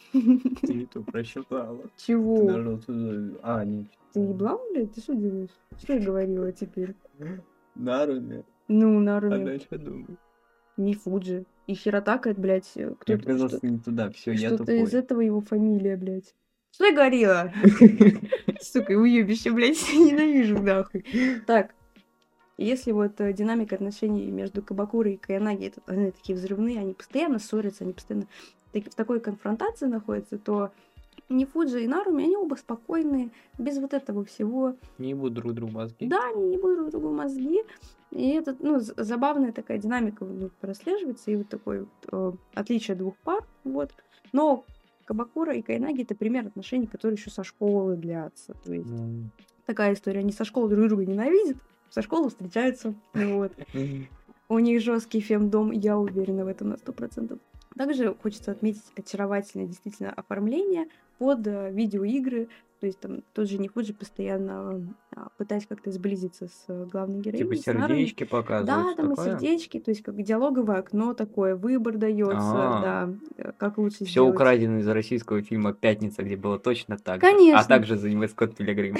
Ты не то просчитала. Чего? Ты нажал туда... А, нет. Ты еблан, блядь? Ты что делаешь? Что я говорила теперь? Наруми. Ну, Наруми. А дальше думай. Нифуджи. И Хиротака, блядь, кто-то... Я оказался не туда, все, я тупой. Что-то из этого его фамилия, блядь. Что я говорила? Сука, уебище, блядь, ненавижу, нахуй. Так, если вот динамика отношений между Кабакурой и Каянаги, они такие взрывные, они постоянно ссорятся, они постоянно в такой конфронтации находятся, то Нифуджи и Наруми, они оба спокойные, без вот этого всего. Не будут друг другу мозги. Да, они не будут друг другу мозги. И это, ну, з- забавная такая динамика в них прослеживается, и вот такое вот, э, отличие двух пар, вот. Но Кабакура и Кайнаги — это пример отношений, которые еще со школы длятся. То есть Ну, такая история, они со школы друг друга ненавидят, со школы встречаются, вот. У них жесткий фемдом, я уверена в этом на сто процентов. Также хочется отметить очаровательное действительно оформление под э, видеоигры. То есть там тот же Нифуджи постоянно а, пытаясь как-то сблизиться с э, главной Типа героиней, с Наруми. сердечки Да, показывают. там и такое? сердечки, то есть как диалоговое окно такое, выбор дается, А. да, э, как лучше Все сделать. украдено из российского фильма «Пятница», где было точно так же. Конечно. А также из аниме «Скотт Пилигрим».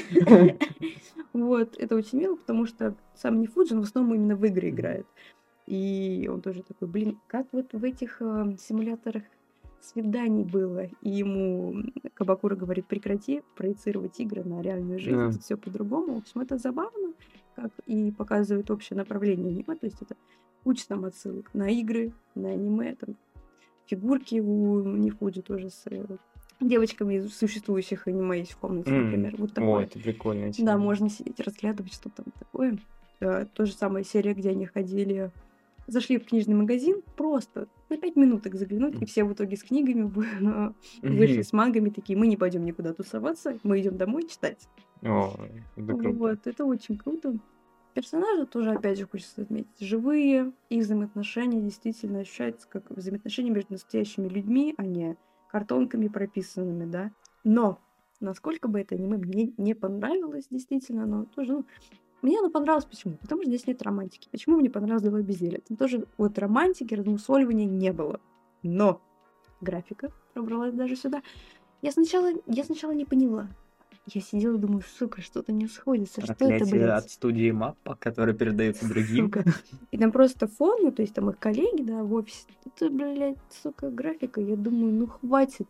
Вот, это очень мило, потому что сам Нифуджи, он в основном именно в игры играет. И он тоже такой, блин, как вот в этих э, симуляторах свиданий было. И ему Кабакура говорит, прекрати проецировать игры на реальную жизнь, Да. тут все по-другому. В общем, это забавно, как и показывает общее направление аниме. То есть это куча там отсылок на игры, на аниме, там фигурки у Нифуджи тоже с э, девочками из существующих аниме есть в комнате, М. например. Вот О, такое. это прикольно. Да, можно сидеть, разглядывать, что там такое. Э, То же самое серия, где они ходили, зашли в книжный магазин, просто на пять минуток заглянуть, и все в итоге с книгами вы- вышли с мангами, такие, мы не пойдем никуда тусоваться, мы идем домой читать. О, это круто. Вот, это очень круто. Персонажи тоже, опять же, хочется отметить, живые, их взаимоотношения действительно ощущаются как взаимоотношения между настоящими людьми, а не картонками прописанными, да. Но, насколько бы это аниме мне не понравилось, действительно, оно тоже, ну, мне оно понравилось почему? Потому что здесь нет романтики. Почему мне понравилось «Долой безделие»? Там тоже вот романтики, размусоливания не было. Но графика пробралась даже сюда. Я сначала, я сначала не поняла. Я сидела и думаю, сука, что-то не сходится. Что это, Проклятие блядь? от студии Маппа, которое передается другим. Сука. И там просто фон, ну, то есть там их коллеги, да, в офисе. Это, блядь, сука, графика. Я думаю, ну хватит,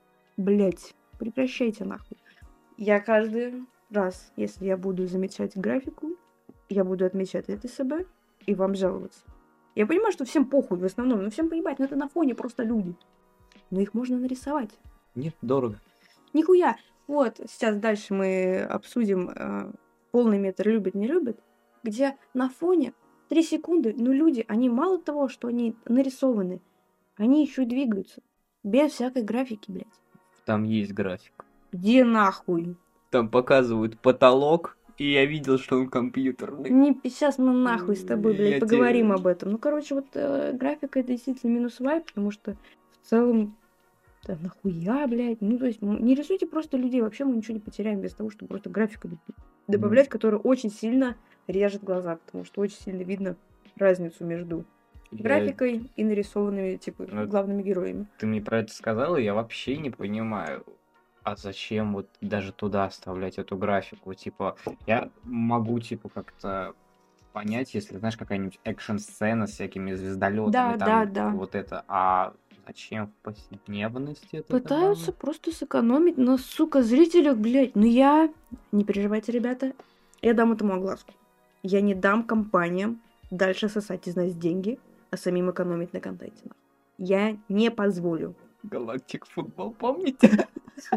блядь, прекращайте нахуй. Я каждый раз, если я буду замечать графику, я буду отмечать это себе и вам жаловаться. Я понимаю, что всем похуй в основном, ну всем поебать, но это на фоне просто люди. Но их можно нарисовать. Нет, дорого. Нихуя. Вот, сейчас дальше мы обсудим э, полный метр любит, не любит, где на фоне три секунды, ну люди, они мало того, что они нарисованы, они еще и двигаются. Без всякой графики, блядь. Там есть график. Где нахуй? Там показывают потолок, и я видел, что он компьютерный. Не, сейчас мы нахуй с тобой, блядь, Я поговорим тебе- об этом. Ну, короче, вот э, графика это действительно минусовая, потому что в целом, да нахуя, блядь, ну, то есть м, не рисуйте просто людей, вообще мы ничего не потеряем без того, чтобы просто графику д- добавлять, которая очень сильно режет глаза, потому что очень сильно видно разницу между Я- графикой и нарисованными, типа, Ну, главными героями. Ты мне про это сказала, и я вообще не понимаю. А зачем вот даже туда оставлять эту графику? Типа, я могу, типа, как-то понять, если, знаешь, какая-нибудь экшн-сцена с всякими звездолетами, Да, там да, да. вот это. А зачем в повседневности это Пытаются добавить? просто сэкономить на, сука, зрителях, блядь. Но я... Не переживайте, ребята. Я дам этому огласку. Я не дам компаниям дальше сосать из нас деньги, а самим экономить на контенте. нахуй. Я не позволю. Галактик футбол, помните?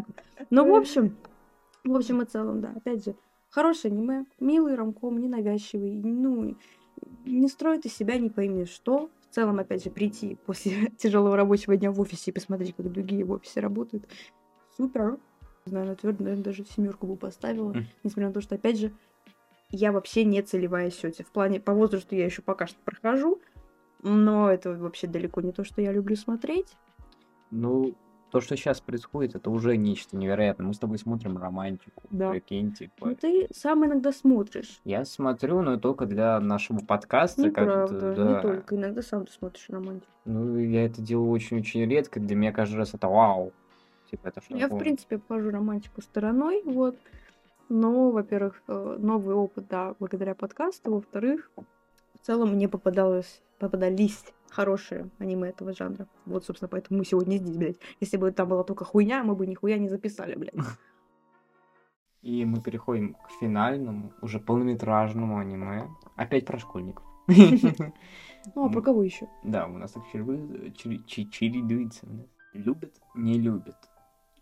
Ну, в общем, в общем и целом, да. Опять же, хорошее аниме, милый ромком, ненавязчивый. Ну, не строит из себя не пойми что. В целом, опять же, прийти после тяжелого рабочего дня в офисе и посмотреть, как другие в офисе работают. Супер. Не знаю, на твердо, наверное, даже семерку бы поставила. Мгм. Несмотря на то, что, опять же, я вообще не целевая сеть. В плане, по возрасту я еще пока что прохожу, но это вообще далеко не то, что я люблю смотреть. Ну, то, что сейчас происходит, это уже нечто невероятное. Мы с тобой смотрим романтику. Да. Прикинь, типа. Но ты сам иногда смотришь. Я смотрю, но только для нашего подкаста. как-то, Неправда, да. не только. Иногда сам ты смотришь романтику. Ну, я это делаю очень-очень редко. Для меня каждый раз это вау. Типа, это что? Я, в принципе, обхожу романтику стороной, вот. Но, во-первых, э, новый опыт, да, благодаря подкасту. Во-вторых, в целом мне попадалось, попадались хорошие аниме этого жанра. Вот, собственно, поэтому мы сегодня здесь, блядь. Если бы там была только хуйня, мы бы нихуя не записали, блядь. И мы переходим к финальному, уже полнометражному аниме. Опять про школьников. Ну, а про кого еще? Да, у нас так череду- чер- че- чередуется. Любят, не любят.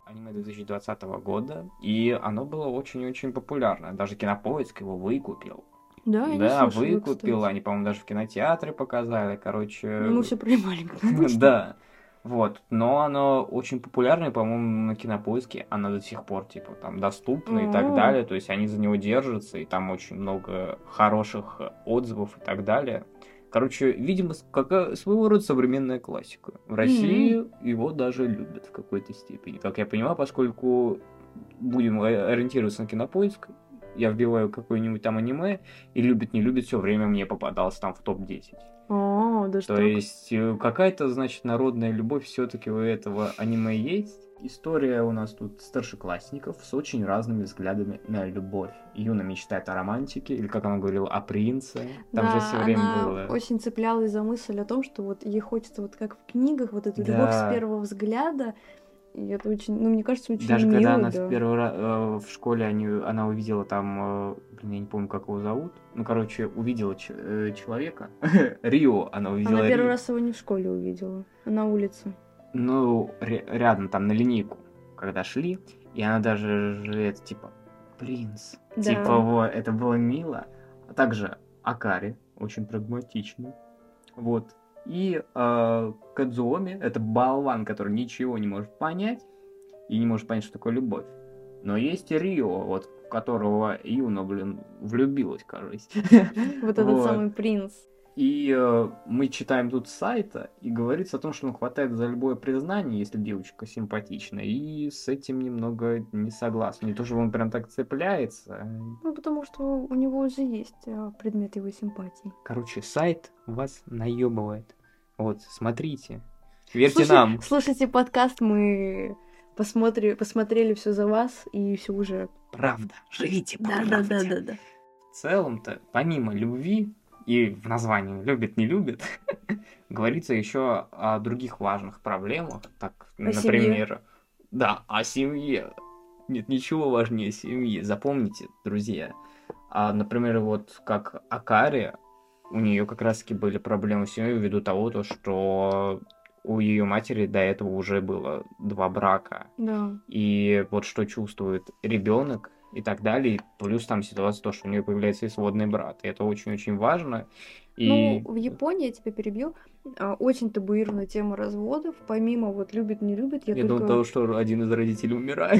аниме две тысячи двадцатого года, и оно было очень-очень популярно. Даже Кинопоиск его выкупил. Да, я Да, не слышала, выкупил, кстати. они, по-моему, даже в кинотеатре показали, короче... Ну, мы все понимали, как обычно. Да, вот, но оно очень популярное, по-моему, на Кинопоиске, оно до сих пор, типа, там, доступно и так О. далее, то есть они за него держатся, и там очень много хороших отзывов и так далее. Короче, видимо, с- какая своего рода современная классика. В России его даже любят в какой-то степени, как я понимаю, поскольку будем ори- ориентироваться на Кинопоиск, я вбиваю какое-нибудь там аниме, и любит, не любит, все время мне попадалось там в топ десять. О, даже То так. есть э, какая-то, значит, народная любовь все-таки у этого аниме есть. История у нас тут старшеклассников с очень разными взглядами на любовь. Юна мечтает о романтике, или, как она говорила, о принце. Там же Да, все время она было. очень цеплялась за мысль о том, что вот ей хочется, вот как в книгах, вот эту Да. любовь с первого взгляда. И это очень, ну, мне кажется, очень Даже мило, когда она да. в первый раз в школе они, она увидела там, э, блин, я не помню, как его зовут. Ну, короче, увидела ч- э, человека. Рио, она увидела Она первый Рио. раз его не в школе увидела, а на улице. Ну, ря- рядом, там, на линейку, когда шли, и она даже, же это, типа, принц. Да. Типа, вот, это было мило. А также Акари, очень прагматичный. Вот. И э, Кадзуоми, это болван, который ничего не может понять, и не может понять, что такое любовь. Но есть и Рио, вот, в которого Юна, блин, влюбилась, кажется. Вот этот Вот. самый принц. И э, мы читаем тут с сайта, и говорится о том, что он хватает за любое признание, если девочка симпатичная, и с этим немного не согласен. Не то, что он прям так цепляется. Ну, потому что у него уже есть а, предмет его симпатии. Короче, сайт вас наебывает. Вот, смотрите. Верьте Слушай- нам. Слушайте подкаст, мы посмотри, посмотрели все за вас, и все уже... Правда. Живите по Да, да, правде. да, да, да. В целом-то, помимо любви, и в названии «любит, не любит», говорится еще о других важных проблемах. Так, О например, да, о семье. Нет ничего важнее семьи. Запомните, друзья. А, например, вот как Акари, у нее как раз-таки были проблемы с семьей ввиду того, то, что у ее матери до этого уже было два брака. Да. И вот что чувствует ребенок и так далее. И плюс там ситуация, то, что у нее появляется и сводный брат. И это очень-очень важно. И... Ну, в Японии, я тебя перебью, а, очень табуирована тема разводов. Помимо вот любит, не любит, я, Я только... думал, того, что один из родителей умирает.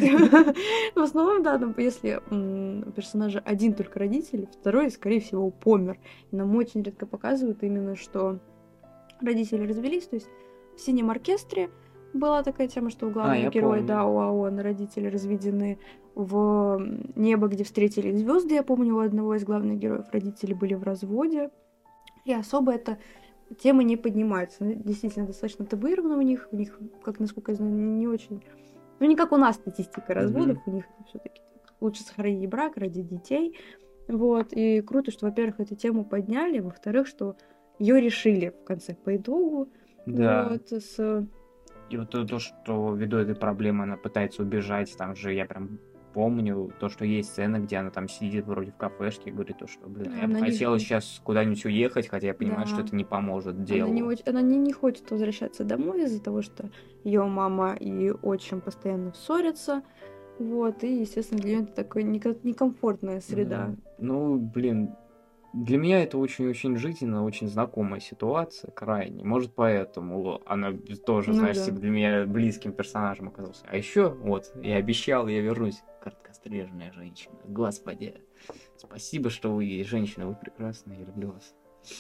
В основном, да, там, если м, у персонажа один только родитель, второй, скорее всего, помер. И нам очень редко показывают именно, что родители развелись. То есть в «Синем оркестре» была такая тема, что у главного я героя, помню. да, у АОН родители разведены. В «Небо, где встретились звезды», я помню, у одного из главных героев родители были в разводе. И особо эта тема не поднимается. Она действительно достаточно табуирована у них. У них, как насколько я знаю, не очень... Ну, не как у нас статистика разводов. У них все-таки лучше сохранить брак ради детей. Вот. И круто, что, во-первых, эту тему подняли. Во-вторых, что ее решили в конце по итогу. Да. Вот, с... И вот то, то, что ввиду этой проблемы она пытается убежать, там же я прям помню то, что есть сцена, где она там сидит вроде в кафешке и говорит то, что, блин, я бы Она не хотела хочет. сейчас куда-нибудь уехать, хотя я понимаю, Да. что это не поможет делу. Она, не, оч- она не, не хочет возвращаться домой из-за того, что ее мама и отчим постоянно ссорятся. Вот, и, естественно, для нее это такая неко- некомфортная среда. Да. Ну, блин, для меня это очень-очень жизненно, очень знакомая ситуация, крайне. Может, поэтому она тоже, Ну знаешь, да. типа, для меня близким персонажем оказался. А еще, вот, я обещал, я вернусь. Короткостриженная женщина. Господи. Спасибо, что вы есть женщина, вы прекрасны, я люблю вас.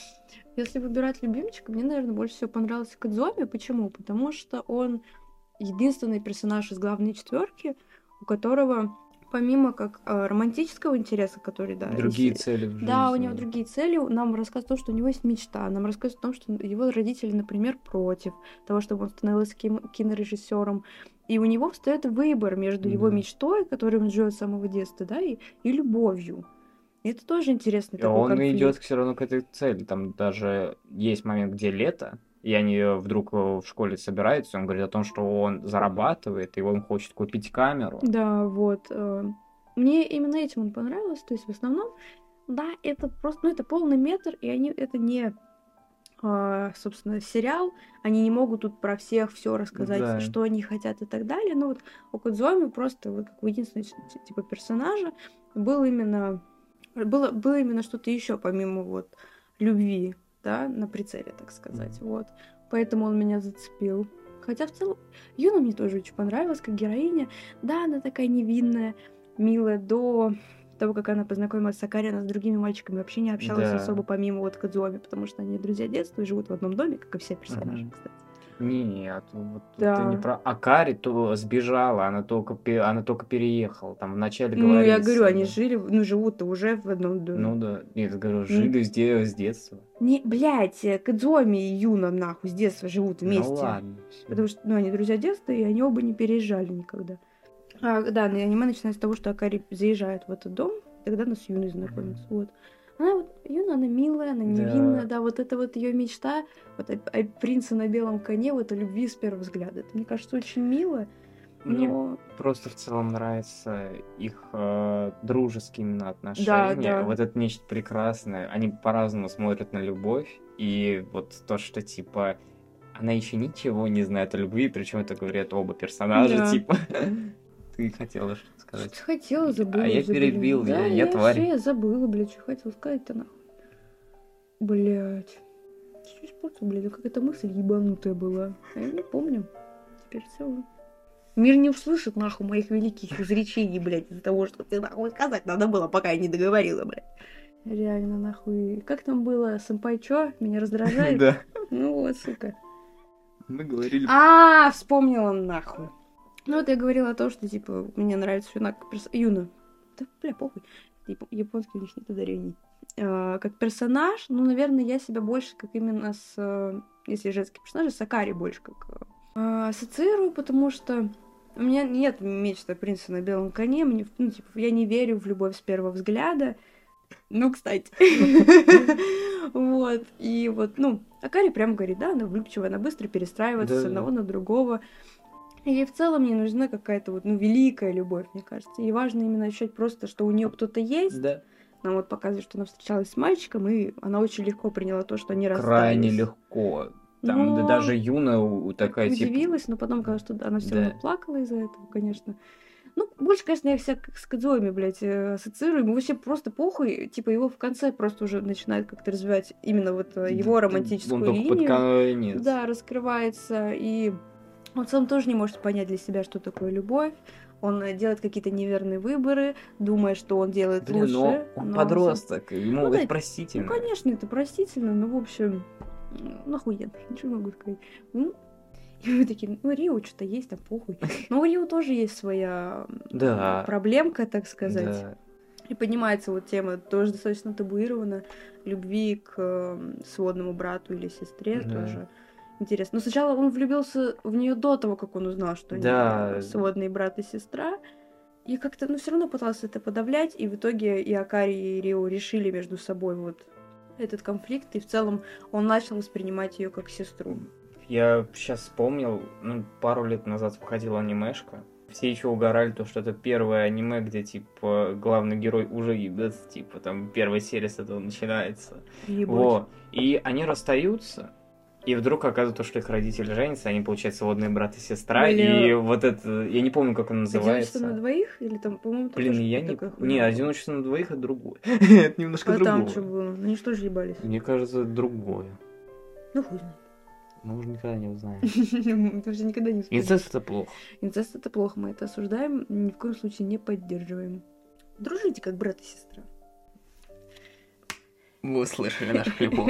Если выбирать любимчика, мне, наверное, больше всего понравился Кадзоми. Почему? Потому что он единственный персонаж из главной четверки, у которого, помимо как э, романтического интереса, который, да, Другие если- цели в жизни. Да, у него другие цели. Нам рассказывают о том, что у него есть мечта. Нам рассказывают о том, что его родители, например, против того, чтобы он становился ким- кинорежиссером. И у него встает выбор между его Да. мечтой, которой он живет с самого детства, да, и, и любовью. И это тоже интересный И такой он конфликт. идет все равно к этой цели. Там даже есть момент, где лето, и они вдруг в школе собираются, он говорит о том, что он зарабатывает, и он хочет купить камеру. Да, вот. э, Мне именно этим он понравился. То есть в основном, да, это просто, ну, это полный метр, и они это не а, собственно, сериал, они не могут тут про всех все рассказать, Да. что они хотят и так далее. Но вот у Кодзуоми просто вот как у единственного типа персонажа был именно было, было именно что-то еще помимо вот любви, да, на прицеле, так сказать. Вот. Поэтому он меня зацепил. Хотя в целом Юна мне тоже очень понравилась как героиня. Да, она такая невинная, милая. До того, как она познакомилась с Акари, она с другими мальчиками вообще не общалась Да. особо, помимо вот Кадзуоми, потому что они друзья детства и живут в одном доме, как и все персонажи, Мгм. кстати. Нет, вот Да. ты не про Акари, то сбежала, она только, пе- она только переехала. Там вначале Ну, я говорится, говорю, они да. жили, ну, живут-то уже в одном доме. Ну да, нет, я говорю, жили с, де- с детства. Не, блядь, Кадзуоми и Юна, нахуй, с детства живут вместе. Ну ладно. всё. Потому что, ну, они друзья детства, и они оба не переезжали никогда. А, да, но аниме начинается с того, что Акари заезжает в этот дом, и тогда она с Юной знакомится. Вот. Она вот, Юна, она милая, она невинная, да, Да. вот это вот ее мечта, вот о, о принце на белом коне, вот о любви с первого взгляда. Это, мне кажется, очень мило, Мне но... просто в целом нравятся их э, дружеские именно отношения. да. Вот это нечто прекрасное. Они по-разному смотрят на любовь. И вот то, что типа она еще ничего не знает о любви, причем это говорят оба персонажа, Да. типа. Ты хотела что-то сказать? Что хотела, забыла. А я уже, перебил, блин. я- Да, я тварь. вообще, я забыла, блядь, что хотела сказать-то нахуй. Блядь. Что испортил, блядь, какая-то мысль ебанутая была. А я не помню. Теперь все. Мир не услышит, нахуй, моих великих изречений, блядь, из-за того, что ты, нахуй, сказать надо было, пока я не договорила, блядь. Реально, нахуй. Как там было? Сэмпай чё? Меня раздражает? Да. Ну вот, сука. Мы говорили... А, вспомнила нахуй. Ну вот я говорила о том, что, типа, мне нравится Юна как перс... Юна. Да, бля, похуй. Яп- Японский у них нет ударений. А, как персонаж, ну, наверное, я себя больше как именно с... э, Если женский персонаж, с Акари больше как э, ассоциирую, потому что у меня нет мечты принца на белом коне. Мне, ну, типа, я не верю в любовь с первого взгляда. Ну, кстати. Вот. И вот, ну, Акари прям говорит, да, она влюбчивая, она быстро перестраивается с Да-да. одного на другого. И в целом мне нужна какая-то вот, ну, великая любовь, мне кажется. И важно именно ощущать просто, что у нее кто-то есть. Да. Нам вот показывает, что она встречалась с мальчиком, и она очень легко приняла то, что они расстались. Крайне легко. Там да Но даже Юна у- такая, типа... удивилась, но потом казалось, что она все Да. равно плакала из-за этого, конечно. Ну, больше, конечно, я вся как с Кадзуоми, блядь, э, ассоциирую. Ему вообще просто похуй. Типа, его в конце просто уже начинает как-то развивать именно вот э, его романтическую Он только под линию. конец. Да, раскрывается. И он сам тоже не может понять для себя, что такое любовь. Он э, делает какие-то неверные выборы, думая, что он делает Блин, лучше. но он но подросток, ему Ну это да, простительно. Ну, конечно, это простительно, но, в общем, ну, охуенно, ничего не могу сказать. Ну, и мы такие, ну, Рио что-то есть, там похуй. Но у Рио тоже есть своя м, Да. проблемка, так сказать. Да. И поднимается вот тема, тоже достаточно табуирована, любви к м, сводному брату или сестре, Да. тоже интересно. Но сначала он влюбился в нее до того, как он узнал, что они Да. э, сводный брат и сестра. И как-то, ну, все равно пытался это подавлять, и в итоге и Акари, и Рио решили между собой вот этот конфликт, и в целом он начал воспринимать ее как сестру. Я сейчас вспомнил, ну, пару лет назад выходила анимешка. Все еще угорали, то, что это первое аниме, где, типа, главный герой уже ебется, типа, там первая серия с этого начинается. Ебать. Во. И они расстаются, и вдруг оказывается, что их родители женятся, они, получается, сводные брат и сестра, Бля. и вот это, я не помню, как он Одиночество на называется. двоих? Или там, по-моему, там Блин, тоже я не... такая хуйня Не, была. одиночество на двоих это другое. Это немножко А там другое. что было? Ну, они что же ебались? Мне кажется, это другое. Ну, хуй знает. Мы уже никогда не узнаем. Мы уже никогда не вспомним. Инцест это плохо. Инцест это плохо, мы это осуждаем, ни в коем случае не поддерживаем. Дружите, как брат и сестра. Вы услышали наш клипок.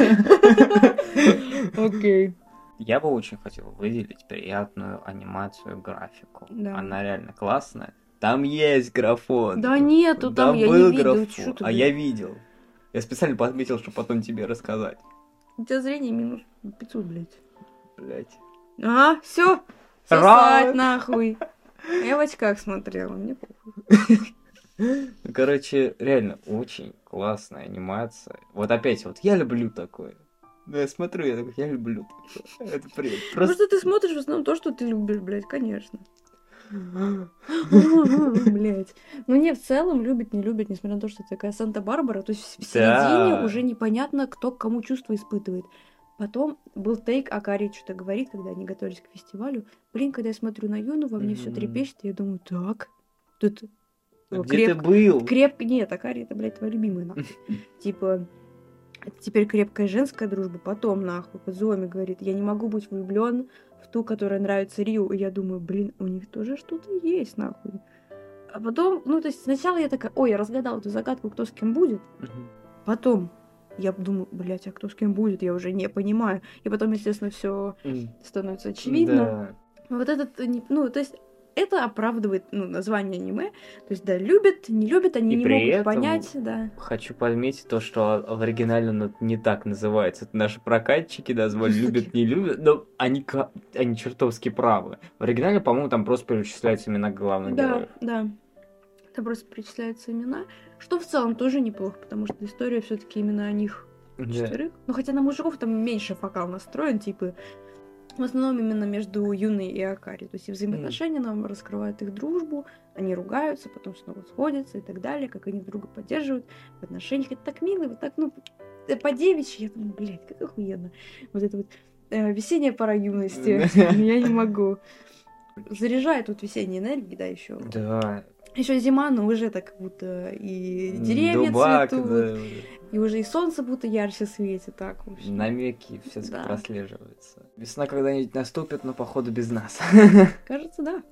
Окей. Я бы очень хотел выделить приятную анимацию, графику. Да. Она реально классная. Там есть графон. Да нету, там Да я был не видел. графон, Чё ты, а блин? я видел. Я специально подметил, чтобы потом тебе рассказать. У тебя зрение минус пятьсот, блядь. Блять. А, все. Сосать Раунд. нахуй. Я в очках смотрела, мне похуй. Ну, короче, реально очень классная анимация. Вот опять вот я люблю такое. Ну, я смотрю, я такой, я люблю такое. Это привет. Просто... Просто ты смотришь в основном то, что ты любишь, блядь, конечно. Блять. Ну не, в целом любит, не любит, несмотря на то, что это такая Санта-Барбара. То есть в середине Да. уже непонятно, кто к кому чувства испытывает. Потом был тейк, Акари что-то говорит, когда они готовились к фестивалю. Блин, когда я смотрю на Юну, во мне все Мгм. трепещет, и я думаю, так, тут А ну, где ты креп- был? крепко... Нет, Акари, это, блядь, твоя любимая, нахуй. Типа, это теперь крепкая женская дружба. Потом, нахуй, Кадзуоми говорит, я не могу быть влюблен в ту, которая нравится Рю. И я думаю, блин, у них тоже что-то есть, нахуй. А потом, ну, то есть сначала я такая, ой, я разгадала эту загадку, кто с кем будет. Мгм. Потом я думаю, блядь, а кто с кем будет, я уже не понимаю. И потом, естественно, все М, становится очевидно. Да. Вот этот, э, не- ну, то есть это оправдывает, ну, название аниме. То есть, да, любят, не любят, они И не при могут этом- понять, да. Хочу подметить то, что в оригинале оно не так называется. Это наши прокатчики назвали любят, не любят, но они, ка- они чертовски правы. В оригинале, по-моему, там просто перечисляются имена главных Да, героев. да. Это просто перечисляются имена. Что в целом тоже неплохо, потому что история все-таки именно о них Да. четверых. Ну, хотя на мужиков там меньше фокал настроен, типа, в основном именно между Юной и Акари. То есть и взаимоотношения нам раскрывают их дружбу, они ругаются, потом снова сходятся и так далее, как они друг друга поддерживают в отношениях. Это так мило, вот так, ну, э, по девичьи, я думаю, блядь, как охуенно. Вот это вот э, весенняя пора юности. Я не могу. Заряжает вот весенней энергией, да, еще. Да. Еще зима, но уже так как будто и деревья Дубак, цветут, да. и уже и солнце будто ярче светит, так, в общем. Намеки все-таки Да. прослеживаются. Весна когда-нибудь наступит, но походу без нас. Кажется, да.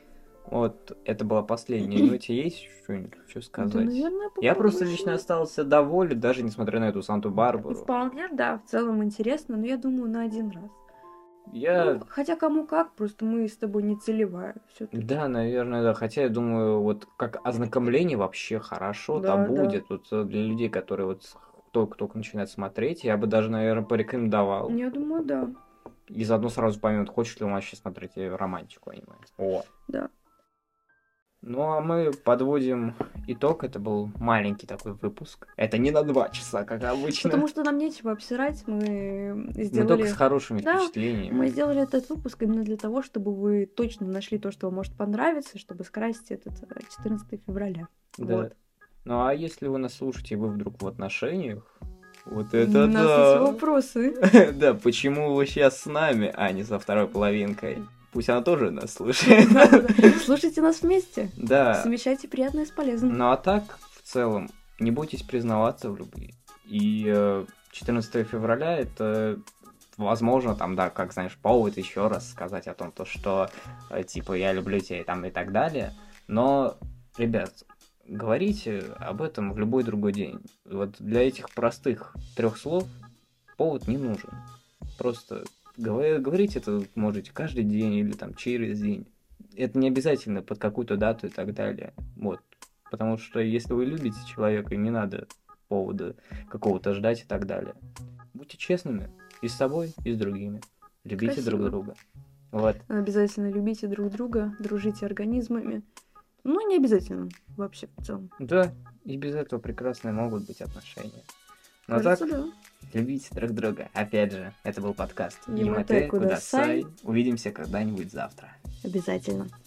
Вот, это была последняя. Ну, у тебя есть что-нибудь что Да, сказать? наверное, Я пока просто больше лично нет. остался доволен, даже несмотря на эту Санту-Барбару. Вполне, да, в целом интересно, но я думаю, на один раз. Я... Ну, хотя кому как, просто мы с тобой не целевая. Всё-таки. Да, наверное, да. Хотя я думаю, вот как ознакомление вообще хорошо Да, там да. будет. Вот э, для людей, которые вот с- только-только начинают смотреть, я бы даже, наверное, порекомендовал. Я думаю, да. И заодно сразу поймет, хочет ли он вообще смотреть э, романтику аниме. О. Да. Ну, а мы подводим итог. Это был маленький такой выпуск. Это не на два часа, как обычно. Потому что нам нечего обсирать, мы Мы сделали... только с хорошими Да, впечатлениями. Мы сделали этот выпуск именно для того, чтобы вы точно нашли то, что вам может понравиться, чтобы скрасить этот э, четырнадцатого февраля. Да. Вот. Ну, а если вы нас слушаете, и вы вдруг в отношениях, вот У это нас да. есть вопросы. Да, почему вы сейчас с нами, а не со второй половинкой? Пусть она тоже нас слушает. Слушайте нас вместе. Да. Совмещайте приятное с полезным. Ну а так, в целом, не бойтесь признаваться в любви. И э, четырнадцатого февраля это, возможно, там, да, как знаешь, повод еще раз сказать о том, то, что, э, типа, я люблю тебя и там и так далее. Но, ребят, говорите об этом в любой другой день. Вот для этих простых трех слов повод не нужен. Просто говор- говорить это можете каждый день или там через день. Это не обязательно под какую-то дату и так далее. Вот. Потому что если вы любите человека, не надо повода какого-то ждать и так далее. Будьте честными и с собой, и с другими. Любите Красиво. друг друга. Вот. Обязательно любите друг друга, дружите организмами. Ну, не обязательно вообще в целом. Да, и без этого прекрасные могут быть отношения. Но так, Кажется, да. любите друг друга. Опять же, это был подкаст Ямате Ямате Кудасай. Кудасай. Увидимся когда-нибудь завтра. Обязательно.